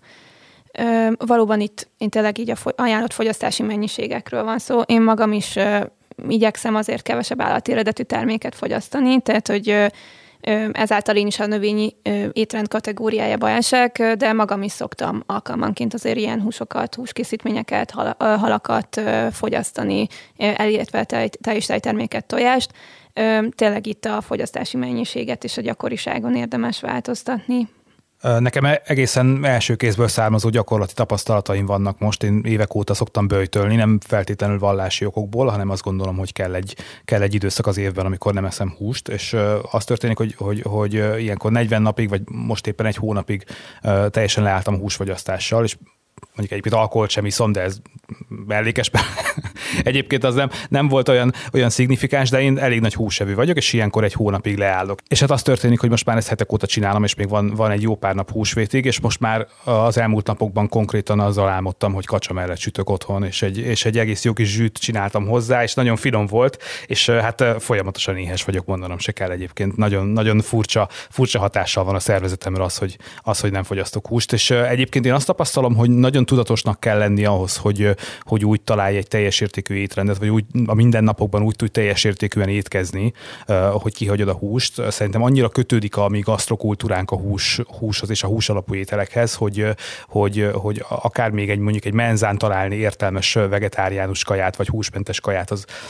Valóban itt tényleg így a ajánlott fogyasztási mennyiségekről van szó. Én magam is igyekszem azért kevesebb állati eredetű terméket fogyasztani, tehát hogy ezáltal én is a növényi étrend kategóriájába esek, de magam is szoktam alkalmanként azért ilyen húskészítményeket, halakat fogyasztani, illetve tej és tejterméket, tojást. Tényleg itt a fogyasztási mennyiséget és a gyakoriságon érdemes változtatni. Nekem egészen első kézből származó gyakorlati tapasztalataim vannak most. Én évek óta szoktam böjtölni, nem feltétlenül vallási okokból, hanem azt gondolom, hogy kell egy időszak az évben, amikor nem eszem húst, és az történik, hogy ilyenkor 40 napig, vagy most éppen egy hónapig teljesen leálltam a húsfogyasztással, és mondjuk egyébként alkoholt sem iszom, de ez mellékes. Egyébként az nem volt olyan szignifikáns, de én elég nagy húsevő vagyok, és ilyenkor egy hónapig leállok. És hát az történik, hogy most már ezt hetek óta csinálom, és még van egy jó pár nap húsvétig, és most már az elmúlt napokban konkrétan azzal álmodtam, hogy kacsa mellett sütök otthon, és egy egész jó kis zsűt csináltam hozzá, és nagyon finom volt, és hát folyamatosan éhes vagyok, mondanom se kell egyébként. Nagyon, nagyon furcsa hatással van a szervezetemre az, hogy nem fogyasztok húst, és egyébként én azt tapasztalom, hogy nagyon tudatosnak kell lenni ahhoz, hogy úgy találj egy teljes értékű étrendet, vagy úgy a mindennapokban úgy tudj teljes értékűen étkezni, hogy kihagyod a húst. Szerintem annyira kötődik a mi gasztrokultúránk a húshoz és a hús alapú ételekhez, hogy akár még mondjuk egy menzán találni értelmes vegetáriánus kaját, vagy húsmentes kaját,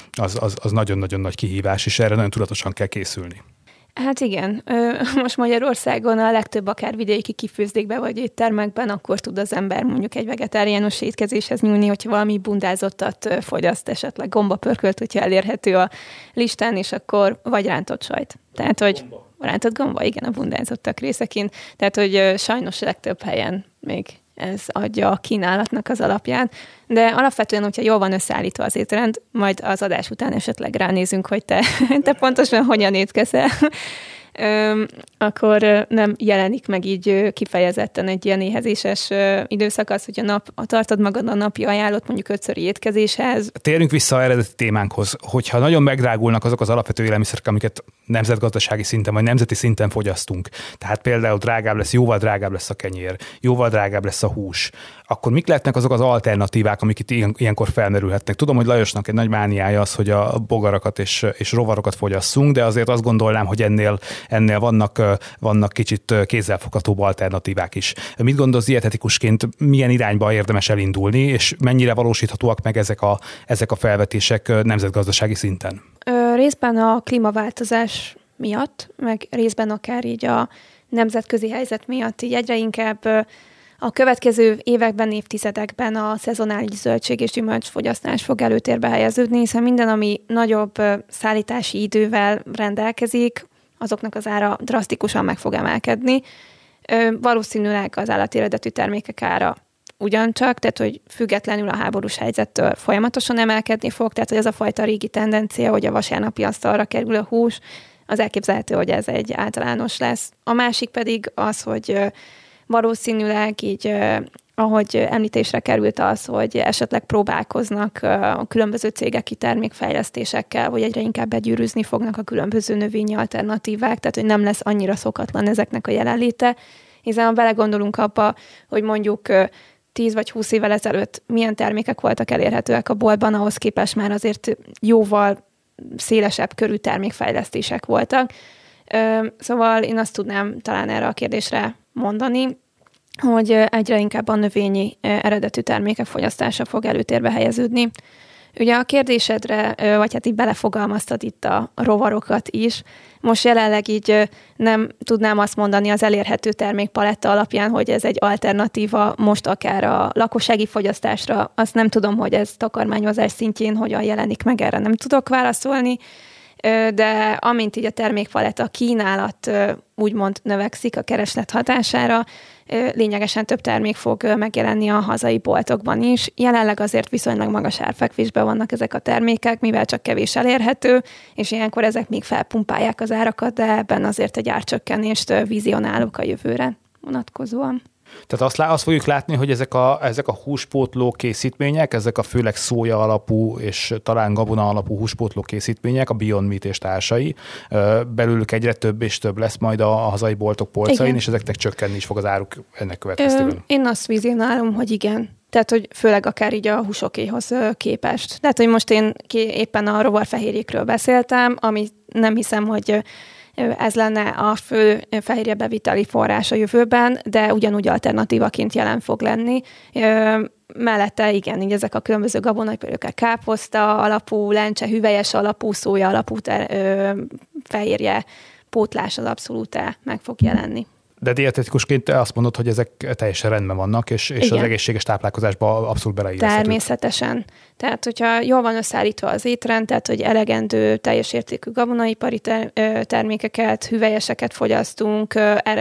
az nagyon-nagyon nagy kihívás, és erre nagyon tudatosan kell készülni. Hát igen, most Magyarországon a legtöbb akár vidéki kifőzdékben vagy éttermekben akkor tud az ember mondjuk egy vegetáriánus étkezéshez nyúlni, hogyha valami bundázottat fogyaszt, esetleg gombapörkölt, hogyha elérhető a listán, és akkor vagy rántott sajt. Tehát, hogy rántott gomba, igen, a bundázottak részeként. Tehát, hogy sajnos a legtöbb helyen még ez adja a kínálatnak az alapján. De alapvetően, hogyha jól van összeállítva az étrend, majd az adás után esetleg ránézünk, hogy te pontosan hogyan étkezel, akkor nem jelenik meg így kifejezetten egy ilyen éhezéses időszak az, hogy tartod magad a napi ajánlott mondjuk 5-szöri étkezéshez. Térjünk vissza a eredeti témánkhoz, hogyha nagyon megdrágulnak azok az alapvető élelmiszerek, amiket nemzetgazdasági szinten vagy nemzeti szinten fogyasztunk, tehát például jóval drágább lesz a kenyér, jóval drágább lesz a hús, akkor mik lehetnek azok az alternatívák, amik itt ilyenkor felmerülhetnek? Tudom, hogy Lajosnak egy nagy mániája az, hogy a bogarakat és rovarokat fogyasszunk, de azért azt gondolnám, hogy ennél vannak kicsit kézzelfoghatóbb alternatívák is. Mit gondolsz dietetikusként, milyen irányba érdemes elindulni, és mennyire valósíthatóak meg ezek a felvetések nemzetgazdasági szinten? Részben a klímaváltozás miatt, meg részben akár így a nemzetközi helyzet miatt így egyre inkább a következő években, évtizedekben a szezonális zöldség és gyümölcsfogyasztás fog előtérbe helyeződni, hiszen minden, ami nagyobb szállítási idővel rendelkezik, azoknak az ára drasztikusan meg fog emelkedni. Valószínűleg az állati eredetű termékek ára ugyancsak, tehát hogy függetlenül a háborús helyzettől folyamatosan emelkedni fog, tehát hogy ez a fajta régi tendencia, hogy a vasárnapi asztalra kerül a hús, az elképzelhető, hogy ez egy általános lesz. A másik pedig az, hogy valószínűleg így, ahogy említésre került az, hogy esetleg próbálkoznak a különböző cégek termékfejlesztésekkel, vagy egyre inkább begyűrűzni fognak a különböző növényi alternatívák, tehát hogy nem lesz annyira szokatlan ezeknek a jelenléte, hiszen ha belegondolunk abba, hogy mondjuk 10 vagy 20 évvel ezelőtt milyen termékek voltak elérhetőek a boltban, ahhoz képest már azért jóval szélesebb körű termékfejlesztések voltak. Szóval én azt tudnám talán erre a kérdésre mondani, hogy egyre inkább a növényi eredetű termékek fogyasztása fog előtérbe helyeződni. Ugye a kérdésedre, vagy hát így belefogalmaztad itt a rovarokat is. Most jelenleg így nem tudnám azt mondani az elérhető termékpaletta alapján, hogy ez egy alternatíva most akár a lakossági fogyasztásra. Azt nem tudom, hogy ez takarmányozás szintjén hogyan jelenik meg, erre nem tudok válaszolni. De amint így a termékpaletta kínálat úgymond növekszik a kereslet hatására, lényegesen több termék fog megjelenni a hazai boltokban is. Jelenleg azért viszonylag magas árfekvésben vannak ezek a termékek, mivel csak kevés elérhető, és ilyenkor ezek még felpumpálják az árakat, de ebben azért egy árcsökkenést vizionálok a jövőre vonatkozóan. Tehát azt fogjuk látni, hogy ezek a húspótló készítmények, ezek a főleg szója alapú és talán gabona alapú húspótló készítmények, a Beyond Meat és társai, belőlük egyre több és több lesz majd a hazai boltok polcain, igen. És ezeknek csökkenni is fog az áruk ennek következtében. Én azt vizionálom, hogy igen. Tehát, hogy főleg akár így a húsokéhoz képest. Tehát, hogy most én éppen a rovarfehérjékről beszéltem, ami nem hiszem, hogy ez lenne a fő fehérjebeviteli forrás a jövőben, de ugyanúgy alternatívaként jelen fog lenni. Mellette igen, így ezek a különböző gabonai, például káposzta alapú, lencse, hüvelyes alapú, szója alapú fehérje pótlás az abszolút meg fog jelenni. De dietetikusként azt mondod, hogy ezek teljesen rendben vannak, és az egészséges táplálkozásba abszolút beleilleszthetők. Természetesen. Tehát, hogyha jól van összeállítva az étrend, tehát, hogy elegendő teljes értékű gabonaipari termékeket, hüvelyeseket fogyasztunk,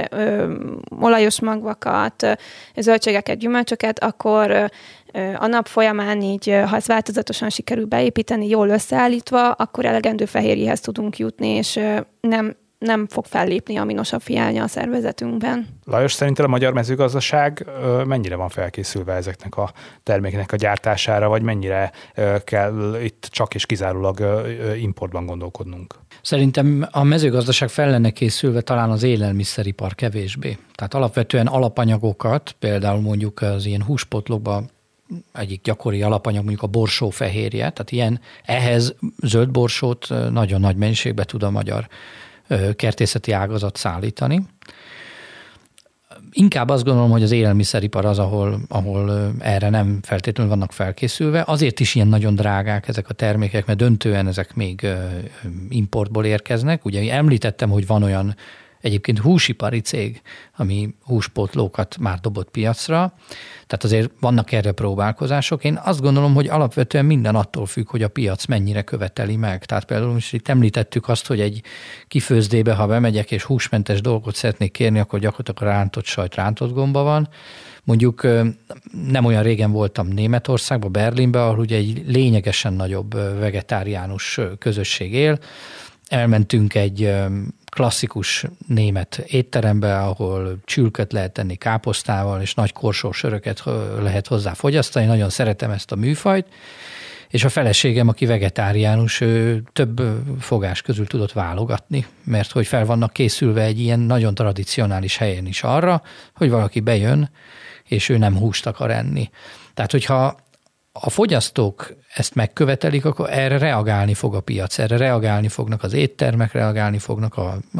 olajos magvakat, zöldségeket, gyümölcsöket, akkor a nap folyamán így, ha ez változatosan sikerül beépíteni, jól összeállítva, akkor elegendő fehérjéhez tudunk jutni, és nem fog fellépni aminosav hiánya a szervezetünkben. Lajos, szerinted a magyar mezőgazdaság mennyire van felkészülve ezeknek a terméknek a gyártására, vagy mennyire kell itt csak és kizárólag importban gondolkodnunk? Szerintem a mezőgazdaság fel lenne készülve, talán az élelmiszeripar kevésbé. Tehát alapvetően alapanyagokat, például mondjuk az ilyen húspotlókban egyik gyakori alapanyag, mondjuk a borsófehérje, tehát ehhez zöld borsót nagyon nagy mennyiségben tud a magyar kertészeti ágazat szállítani. Inkább azt gondolom, hogy az élelmiszeripar az, ahol erre nem feltétlenül vannak felkészülve. Azért is ilyen nagyon drágák ezek a termékek, mert döntően ezek még importból érkeznek. Ugye említettem, hogy van olyan egyébként húsipari cég, ami húspótlókat már dobott piacra, tehát azért vannak erre próbálkozások. Én azt gondolom, hogy alapvetően minden attól függ, hogy a piac mennyire követeli meg. Tehát például most itt említettük azt, hogy egy kifőzdébe, ha bemegyek és húsmentes dolgot szeretnék kérni, akkor gyakorlatilag rántott sajt, rántott gomba van. Mondjuk nem olyan régen voltam Németországban, Berlinben, ahol ugye egy lényegesen nagyobb vegetáriánus közösség él. Elmentünk egy klasszikus német étterembe, ahol csülköt lehet tenni káposztával, és nagy korsós söröket lehet hozzá fogyasztani. Nagyon szeretem ezt a műfajt, és a feleségem, aki vegetáriánus, ő több fogás közül tudott válogatni, mert hogy fel vannak készülve egy ilyen nagyon tradicionális helyen is arra, hogy valaki bejön, és ő nem húst akar enni. Tehát, hogyha a fogyasztók ezt megkövetelik, akkor erre reagálni fog a piac, erre reagálni fognak az éttermek, reagálni fognak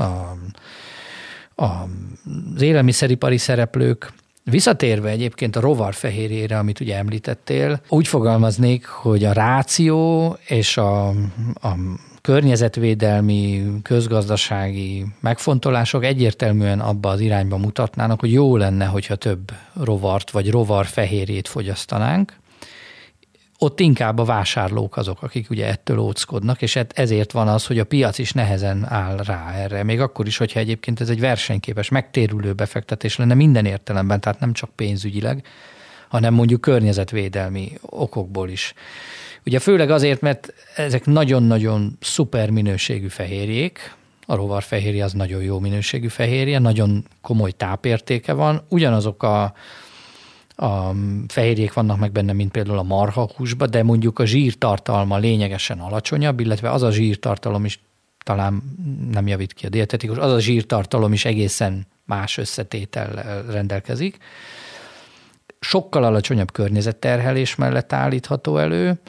az élelmiszeripari szereplők. Visszatérve egyébként a rovarfehérjére, amit ugye említettél, úgy fogalmaznék, hogy a ráció és a környezetvédelmi, közgazdasági megfontolások egyértelműen abba az irányba mutatnának, hogy jó lenne, hogyha több rovart vagy rovarfehérjét fogyasztanánk. Ott inkább a vásárlók azok, akik ugye ettől óckodnak, és ezért van az, hogy a piac is nehezen áll rá erre. Még akkor is, hogyha egyébként ez egy versenyképes, megtérülő befektetés lenne minden értelemben, tehát nem csak pénzügyileg, hanem mondjuk környezetvédelmi okokból is. Ugye főleg azért, mert ezek nagyon-nagyon szuper minőségű fehérjék, a rovarfehérje az nagyon jó minőségű fehérje, nagyon komoly tápértéke van, ugyanazok a fehérjék vannak meg benne, mint például a marhahúsban, de mondjuk a zsírtartalma lényegesen alacsonyabb, illetve az a zsírtartalom is, talán nem javít ki a dietetikus, az a zsírtartalom is egészen más összetétel rendelkezik. Sokkal alacsonyabb környezetterhelés mellett állítható elő,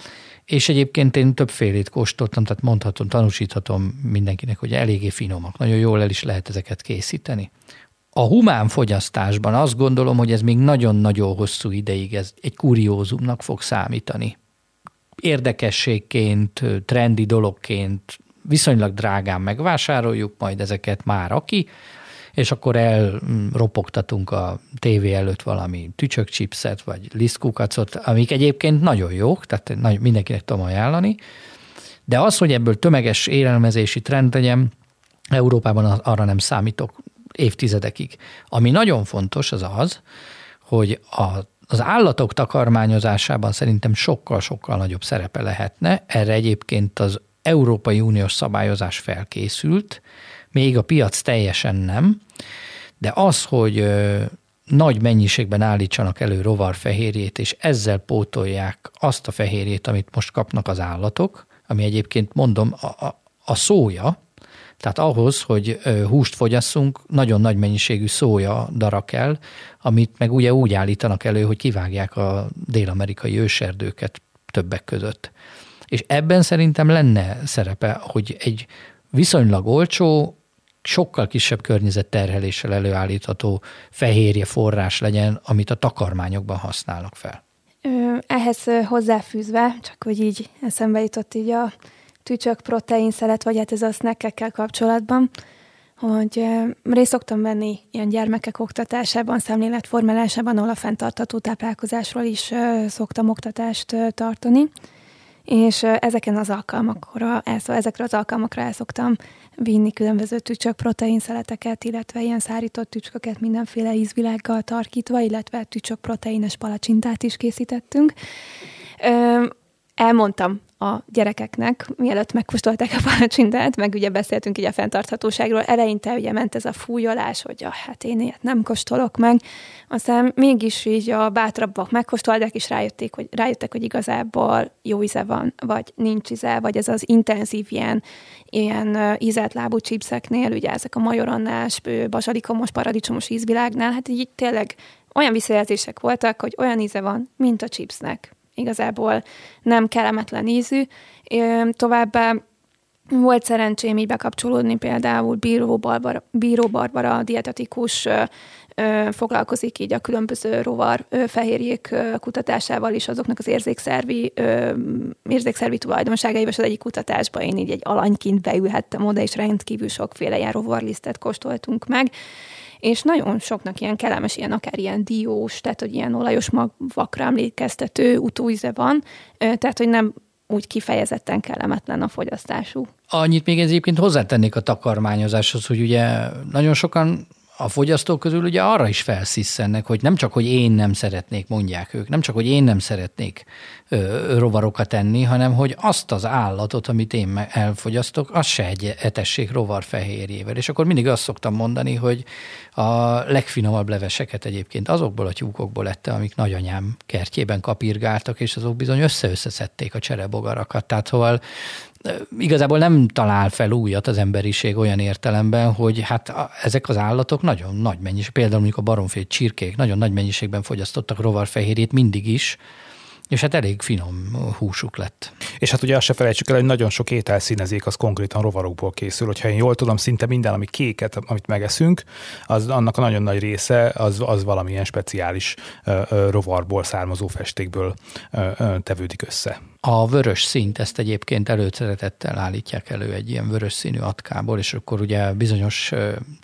és egyébként én többfélét kóstoltam, tehát mondhatom, tanúsíthatom mindenkinek, hogy eléggé finomak. Nagyon jól el is lehet ezeket készíteni. A humán fogyasztásban azt gondolom, hogy ez még nagyon-nagyon hosszú ideig ez egy kuriózumnak fog számítani. Érdekességként, trendi dologként viszonylag drágán megvásároljuk majd ezeket már aki, és akkor elropogtatunk a tévé előtt valami tücsökchipset, vagy lisztkukacot, amik egyébként nagyon jók, tehát mindenkinek tudom ajánlani, de az, hogy ebből tömeges élelmezési trend legyen, Európában arra nem számítok évtizedekig. Ami nagyon fontos az, hogy az állatok takarmányozásában szerintem sokkal-sokkal nagyobb szerepe lehetne. Erre egyébként az Európai Uniós szabályozás felkészült, még a piac teljesen nem, de az, hogy nagy mennyiségben állítsanak elő rovarfehérjét, és ezzel pótolják azt a fehérjét, amit most kapnak az állatok, ami egyébként mondom a szója, tehát ahhoz, hogy húst fogyasszunk, nagyon nagy mennyiségű szója darab kell, amit meg ugye úgy állítanak elő, hogy kivágják a dél-amerikai őserdőket többek között. És ebben szerintem lenne szerepe, hogy egy viszonylag olcsó, sokkal kisebb környezetterheléssel előállítható fehérje forrás legyen, amit a takarmányokban használnak fel. Ehhez hozzáfűzve, csak hogy így eszembe jutott így a tücsök proteinszelet, vagy hát ez a snackekkel kapcsolatban, hogy részt szoktam venni ilyen gyermekek oktatásában, szemléletformálásában, ahol a fenntartható táplálkozásról is szoktam oktatást tartani, és ezekre az alkalmakra el szoktam vinni különböző tücsök proteinszeleteket, illetve ilyen szárított tücsköket mindenféle ízvilággal tarkítva, illetve tücsök proteines palacsintát is készítettünk. Elmondtam a gyerekeknek, mielőtt megkóstolták a palacsintát, meg ugye beszéltünk így a fenntarthatóságról, eleinte ugye ment ez a fújolás, hogy hát én ilyet nem kóstolok meg, aztán mégis így a bátrabbak megkóstolták, és rájöttek, hogy igazából jó íze van, vagy nincs íze, vagy ez az intenzív ilyen ízelt lábú chipseknél, ugye ezek a majorannás, bazsalikomos, paradicsomos ízvilágnál, hát így tényleg olyan visszajelzések voltak, hogy olyan íze van, mint a chipsnek. Igazából nem kellemetlen ízű. Továbbá volt szerencsém így bekapcsolódni, például Bíró Barbara dietetikus foglalkozik így a különböző rovar fehérjék kutatásával is, azoknak az érzékszervi tulajdonságaival, és az egyik kutatásban én így egy alanyként beülhettem oda, és rendkívül sokféle ilyen rovarlisztet kóstoltunk meg, és nagyon soknak ilyen kellemes, akár ilyen diós, tehát hogy ilyen olajos magvakra emlékeztető utóíze van, tehát hogy nem úgy kifejezetten kellemetlen a fogyasztású. Annyit még egyébként hozzátennék a takarmányozáshoz, hogy ugye nagyon sokan a fogyasztók közül ugye arra is felszisszennek, hogy nem csak, hogy én nem szeretnék, mondják ők, nem csak, hogy én nem szeretnék rovarokat enni, hanem hogy azt az állatot, amit én elfogyasztok, azt se etessék rovarfehérjével. És akkor mindig azt szoktam mondani, hogy a legfinomabb leveseket egyébként azokból a tyúkokból ette, amik nagyanyám kertjében kapirgáltak, és azok bizony összeszedték a cserebogarakat. Tehát hol igazából nem talál fel újat az emberiség olyan értelemben, hogy hát ezek az állatok nagyon nagy mennyiség, például mondjuk a baromfi csirkék nagyon nagy mennyiségben fogyasztottak rovarfehérjét mindig is, és hát elég finom húsuk lett. És hát ugye azt se felejtsük el, hogy nagyon sok ételszínezék az konkrétan rovarokból készül. Hogyha én jól tudom, szinte minden, ami kéket, amit megeszünk, annak a nagyon nagy része az valamilyen speciális rovarból származó festékből tevődik össze. A vörös színt, ezt egyébként előszeretettel állítják elő egy ilyen vörös színű atkából, és akkor ugye bizonyos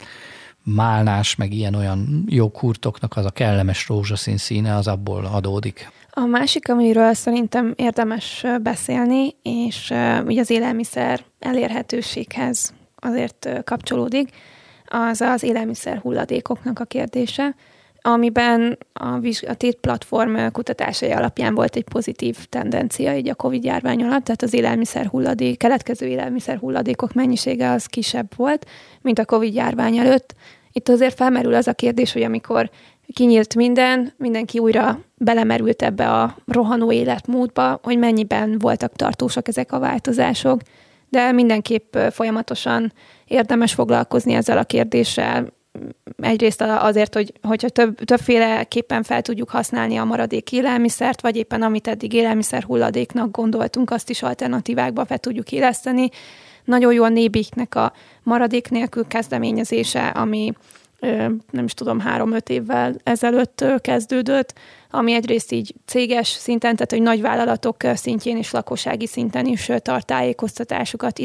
málnás, meg ilyen-olyan joghurtoknak az a kellemes rózsaszín színe, az abból adódik. A másik, amiről szerintem érdemes beszélni, és ugye az élelmiszer elérhetőséghez azért kapcsolódik, az az élelmiszer hulladékoknak a kérdése, amiben a TÉT platform kutatásai alapján volt egy pozitív tendencia így a Covid-járvány alatt, tehát az keletkező élelmiszer hulladékok mennyisége az kisebb volt, mint a Covid-járvány előtt. Itt azért felmerül az a kérdés, hogy amikor kinyílt mindenki újra belemerült ebbe a rohanó életmódba, hogy mennyiben voltak tartósak ezek a változások, de mindenképp folyamatosan érdemes foglalkozni ezzel a kérdéssel, egyrészt azért, hogyha többféleképpen fel tudjuk használni a maradék élelmiszert, vagy éppen amit eddig élelmiszer hulladéknak gondoltunk, azt is alternatívákba fel tudjuk éleszteni. Nagyon jó a Nébiknek a maradék nélkül kezdeményezése, ami nem is tudom, 3-5 évvel ezelőtt kezdődött, ami egyrészt így céges szinten, tehát hogy nagyvállalatok szintjén és lakossági szinten is tart tájékoztatásokat,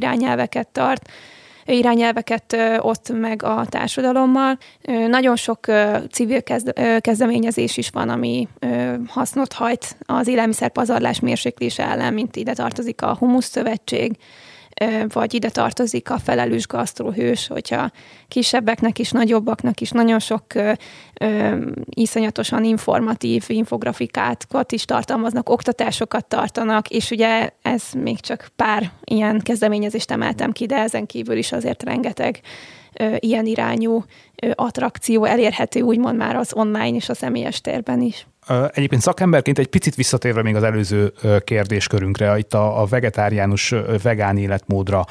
irányelveket oszt meg a társadalommal. Nagyon sok civil kezdeményezés is van, ami hasznot hajt az élelmiszerpazarlás mérséklése ellen, mint ide tartozik a Humusz Szövetség, vagy ide tartozik a Felelős Gasztrohős, hogyha kisebbeknek is, nagyobbaknak is nagyon sok iszonyatosan informatív infografikákat is tartalmaznak, oktatásokat tartanak, és ugye ez még csak pár ilyen kezdeményezést emeltem ki, de ezen kívül is azért rengeteg ilyen irányú attrakció elérhető, úgymond már az online és a személyes térben is. Egyébként szakemberként egy picit visszatérve még az előző kérdéskörünkre, itt a vegetáriánus, vegán életmódra.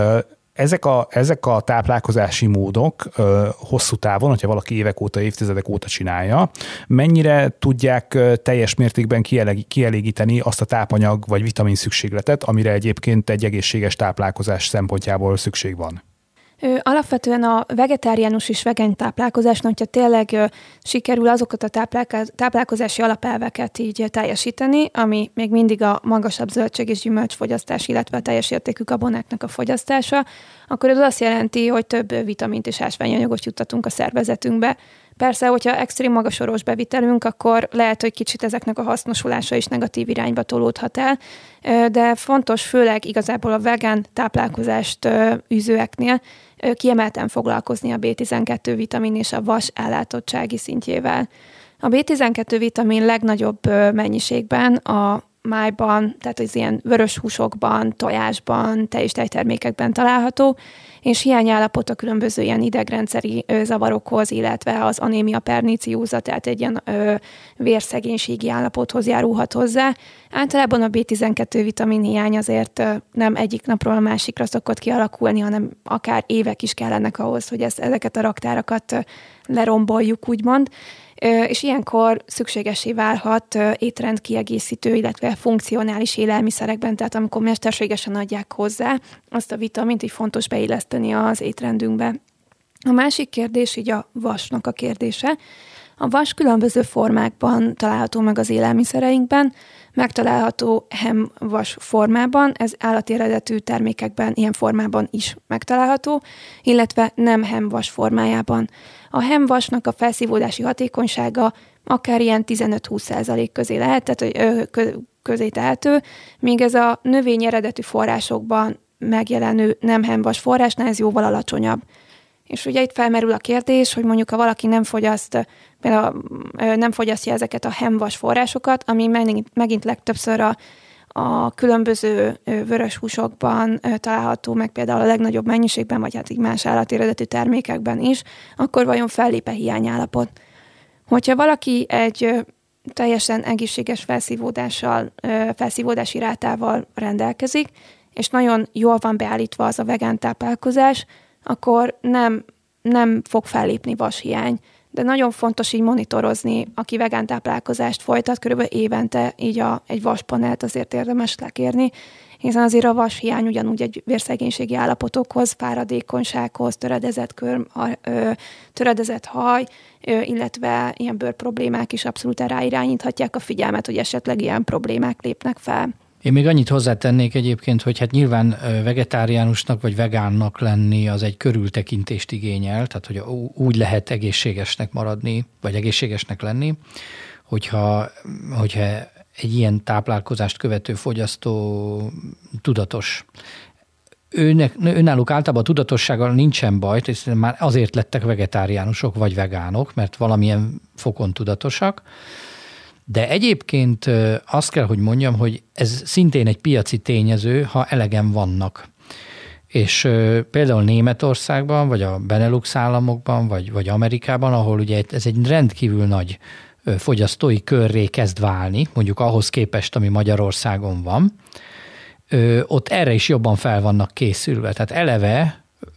Ezek a táplálkozási módok hosszú távon, hogyha valaki évek óta, évtizedek óta csinálja, mennyire tudják teljes mértékben kielégíteni azt a tápanyag vagy vitamin szükségletet, amire egyébként egy egészséges táplálkozás szempontjából szükség van? Alapvetően a vegetáriánus és vegán táplálkozásnak, hogyha tényleg sikerül azokat a táplálkozási alapelveket így teljesíteni, ami még mindig a magasabb zöldség és gyümölcsfogyasztás, illetve a teljes értékű gabonáknak a fogyasztása, akkor ez azt jelenti, hogy több vitamint és ásványanyagot juttatunk a szervezetünkbe. Persze, hogyha extrém magasoros bevitelünk, akkor lehet, hogy kicsit ezeknek a hasznosulása is negatív irányba tolódhat el, de fontos főleg igazából a vegán táplálkozást űzőeknél kiemelten foglalkozni a B12 vitamin és a vas ellátottsági szintjével. A B12 vitamin legnagyobb mennyiségben a májban, tehát az ilyen vörös húsokban, tojásban, tej- és tejtermékekben található, és hiányállapot a különböző ilyen idegrendszeri zavarokhoz, illetve az anémia perniciosa, tehát egy ilyen vérszegénységi állapothoz járulhat hozzá. Általában a B12 vitamin hiány azért nem egyik napról a másikra szokott kialakulni, hanem akár évek is kellenek ahhoz, hogy ezeket a raktárakat leromboljuk, úgymond. És ilyenkor szükségessé válhat étrendkiegészítő, illetve funkcionális élelmiszerekben, tehát amikor mesterségesen adják hozzá azt a vitamint, így fontos beilleszteni az étrendünkbe. A másik kérdés így a vasnak a kérdése. A vas különböző formákban található meg az élelmiszereinkben, megtalálható hemvas formában, ez állati eredetű termékekben ilyen formában is megtalálható, illetve nem hemvas formájában. A hemvasnak a felszívódási hatékonysága akár ilyen 15-20% közé lehet, tehát közé tehető, míg ez a növény eredetű forrásokban megjelenő nem hemvas forrásnál ez jóval alacsonyabb. És ugye itt felmerül a kérdés, hogy mondjuk ha valaki nem fogyasztja ezeket a hemvas forrásokat, ami megint legtöbbször a különböző vörös húsokban található, meg például a legnagyobb mennyiségben, vagy hát így más állati eredetű termékekben is, akkor vajon fellép-e hiányállapot? Hogyha valaki egy teljesen egészséges felszívódási rátával rendelkezik, és nagyon jól van beállítva az a vegán táplálkozás, akkor nem fog fellépni vashiány. De nagyon fontos így monitorozni, aki vegán táplálkozást folytat, körülbelül évente így egy vaspanelt azért érdemes lekérni, hiszen azért a vashiány ugyanúgy egy vérszegénységi állapotokhoz, fáradékonysághoz, töredezett haj, illetve ilyen bőrproblémák is abszolút ráirányíthatják a figyelmet, hogy esetleg ilyen problémák lépnek fel. Én még annyit hozzátennék egyébként, hogy hát nyilván vegetáriánusnak vagy vegánnak lenni az egy körültekintést igényel, tehát hogy úgy lehet egészségesnek maradni, vagy egészségesnek lenni, hogyha egy ilyen táplálkozást követő fogyasztó tudatos. Önállók általában a tudatossággal nincsen baj, és már azért lettek vegetáriánusok vagy vegánok, mert valamilyen fokon tudatosak. De egyébként azt kell, hogy mondjam, hogy ez szintén egy piaci tényező, ha elegen vannak. És például Németországban, vagy a Benelux államokban, vagy Amerikában, ahol ugye ez egy rendkívül nagy fogyasztói körré kezd válni, mondjuk ahhoz képest, ami Magyarországon van, ott erre is jobban fel vannak készülve. Tehát eleve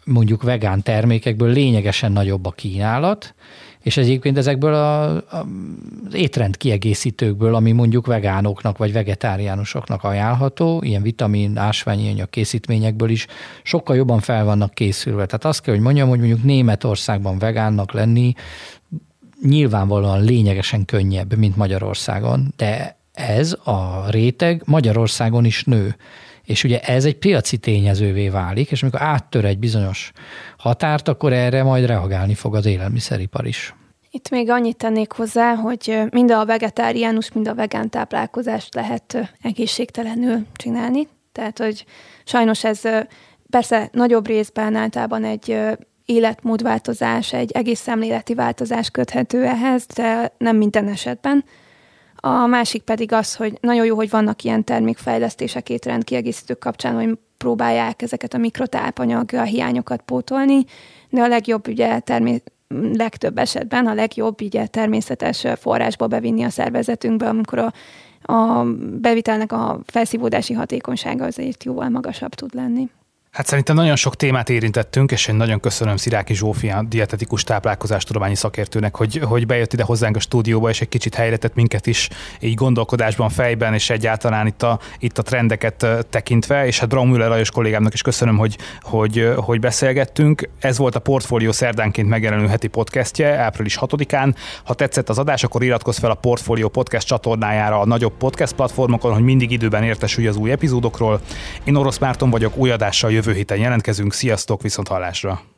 mondjuk vegán termékekből lényegesen nagyobb a kínálat, és egyébként ezekből az étrend kiegészítőkből, ami mondjuk vegánoknak vagy vegetáriánusoknak ajánlható, ilyen vitamin, ásványi anyag készítményekből is sokkal jobban fel vannak készülve. Tehát azt kell, hogy mondjam, hogy mondjuk Németországban vegánnak lenni nyilvánvalóan lényegesen könnyebb, mint Magyarországon, de ez a réteg Magyarországon is nő. És ugye ez egy piaci tényezővé válik, és amikor áttör egy bizonyos határt, akkor erre majd reagálni fog az élelmiszeripar is. Itt még annyit tennék hozzá, hogy mind a vegetáriánus, mind a vegán táplálkozást lehet egészségtelenül csinálni. Tehát, hogy sajnos ez persze nagyobb részben általában egy életmódváltozás, egy egész szemléleti változás köthető ehhez, de nem minden esetben. A másik pedig az, hogy nagyon jó, hogy vannak ilyen termékfejlesztések étrendkiegészítők kapcsán, hogy próbálják ezeket a mikrotápanyag hiányokat pótolni, de a legjobb ugye legtöbb esetben a legjobb ugye természetes forrásba bevinni a szervezetünkbe, amikor a bevitelnek a felszívódási hatékonysága azért jóval magasabb tud lenni. Hát szerintem nagyon sok témát érintettünk, és én nagyon köszönöm Sziráki Zsófia dietetikus táplálkozástudományi szakértőnek, hogy bejött ide hozzánk a stúdióba, és egy kicsit helyre tett minket is így gondolkodásban, fejben, és egyáltalán itt a trendeket tekintve, és hát Braun Müller Lajos kollégámnak is köszönöm, hogy beszélgettünk. Ez volt a Portfólió szerdánként megjelenő heti podcastje, április 6-án. Ha tetszett az adás, akkor iratkozz fel a Portfólió podcast csatornájára a nagyobb podcast platformokon, hogy mindig időben értesülj az új epizódokról. Én Orosz Márton vagyok, új adással jövő héten jelentkezünk. Sziasztok, viszonthallásra!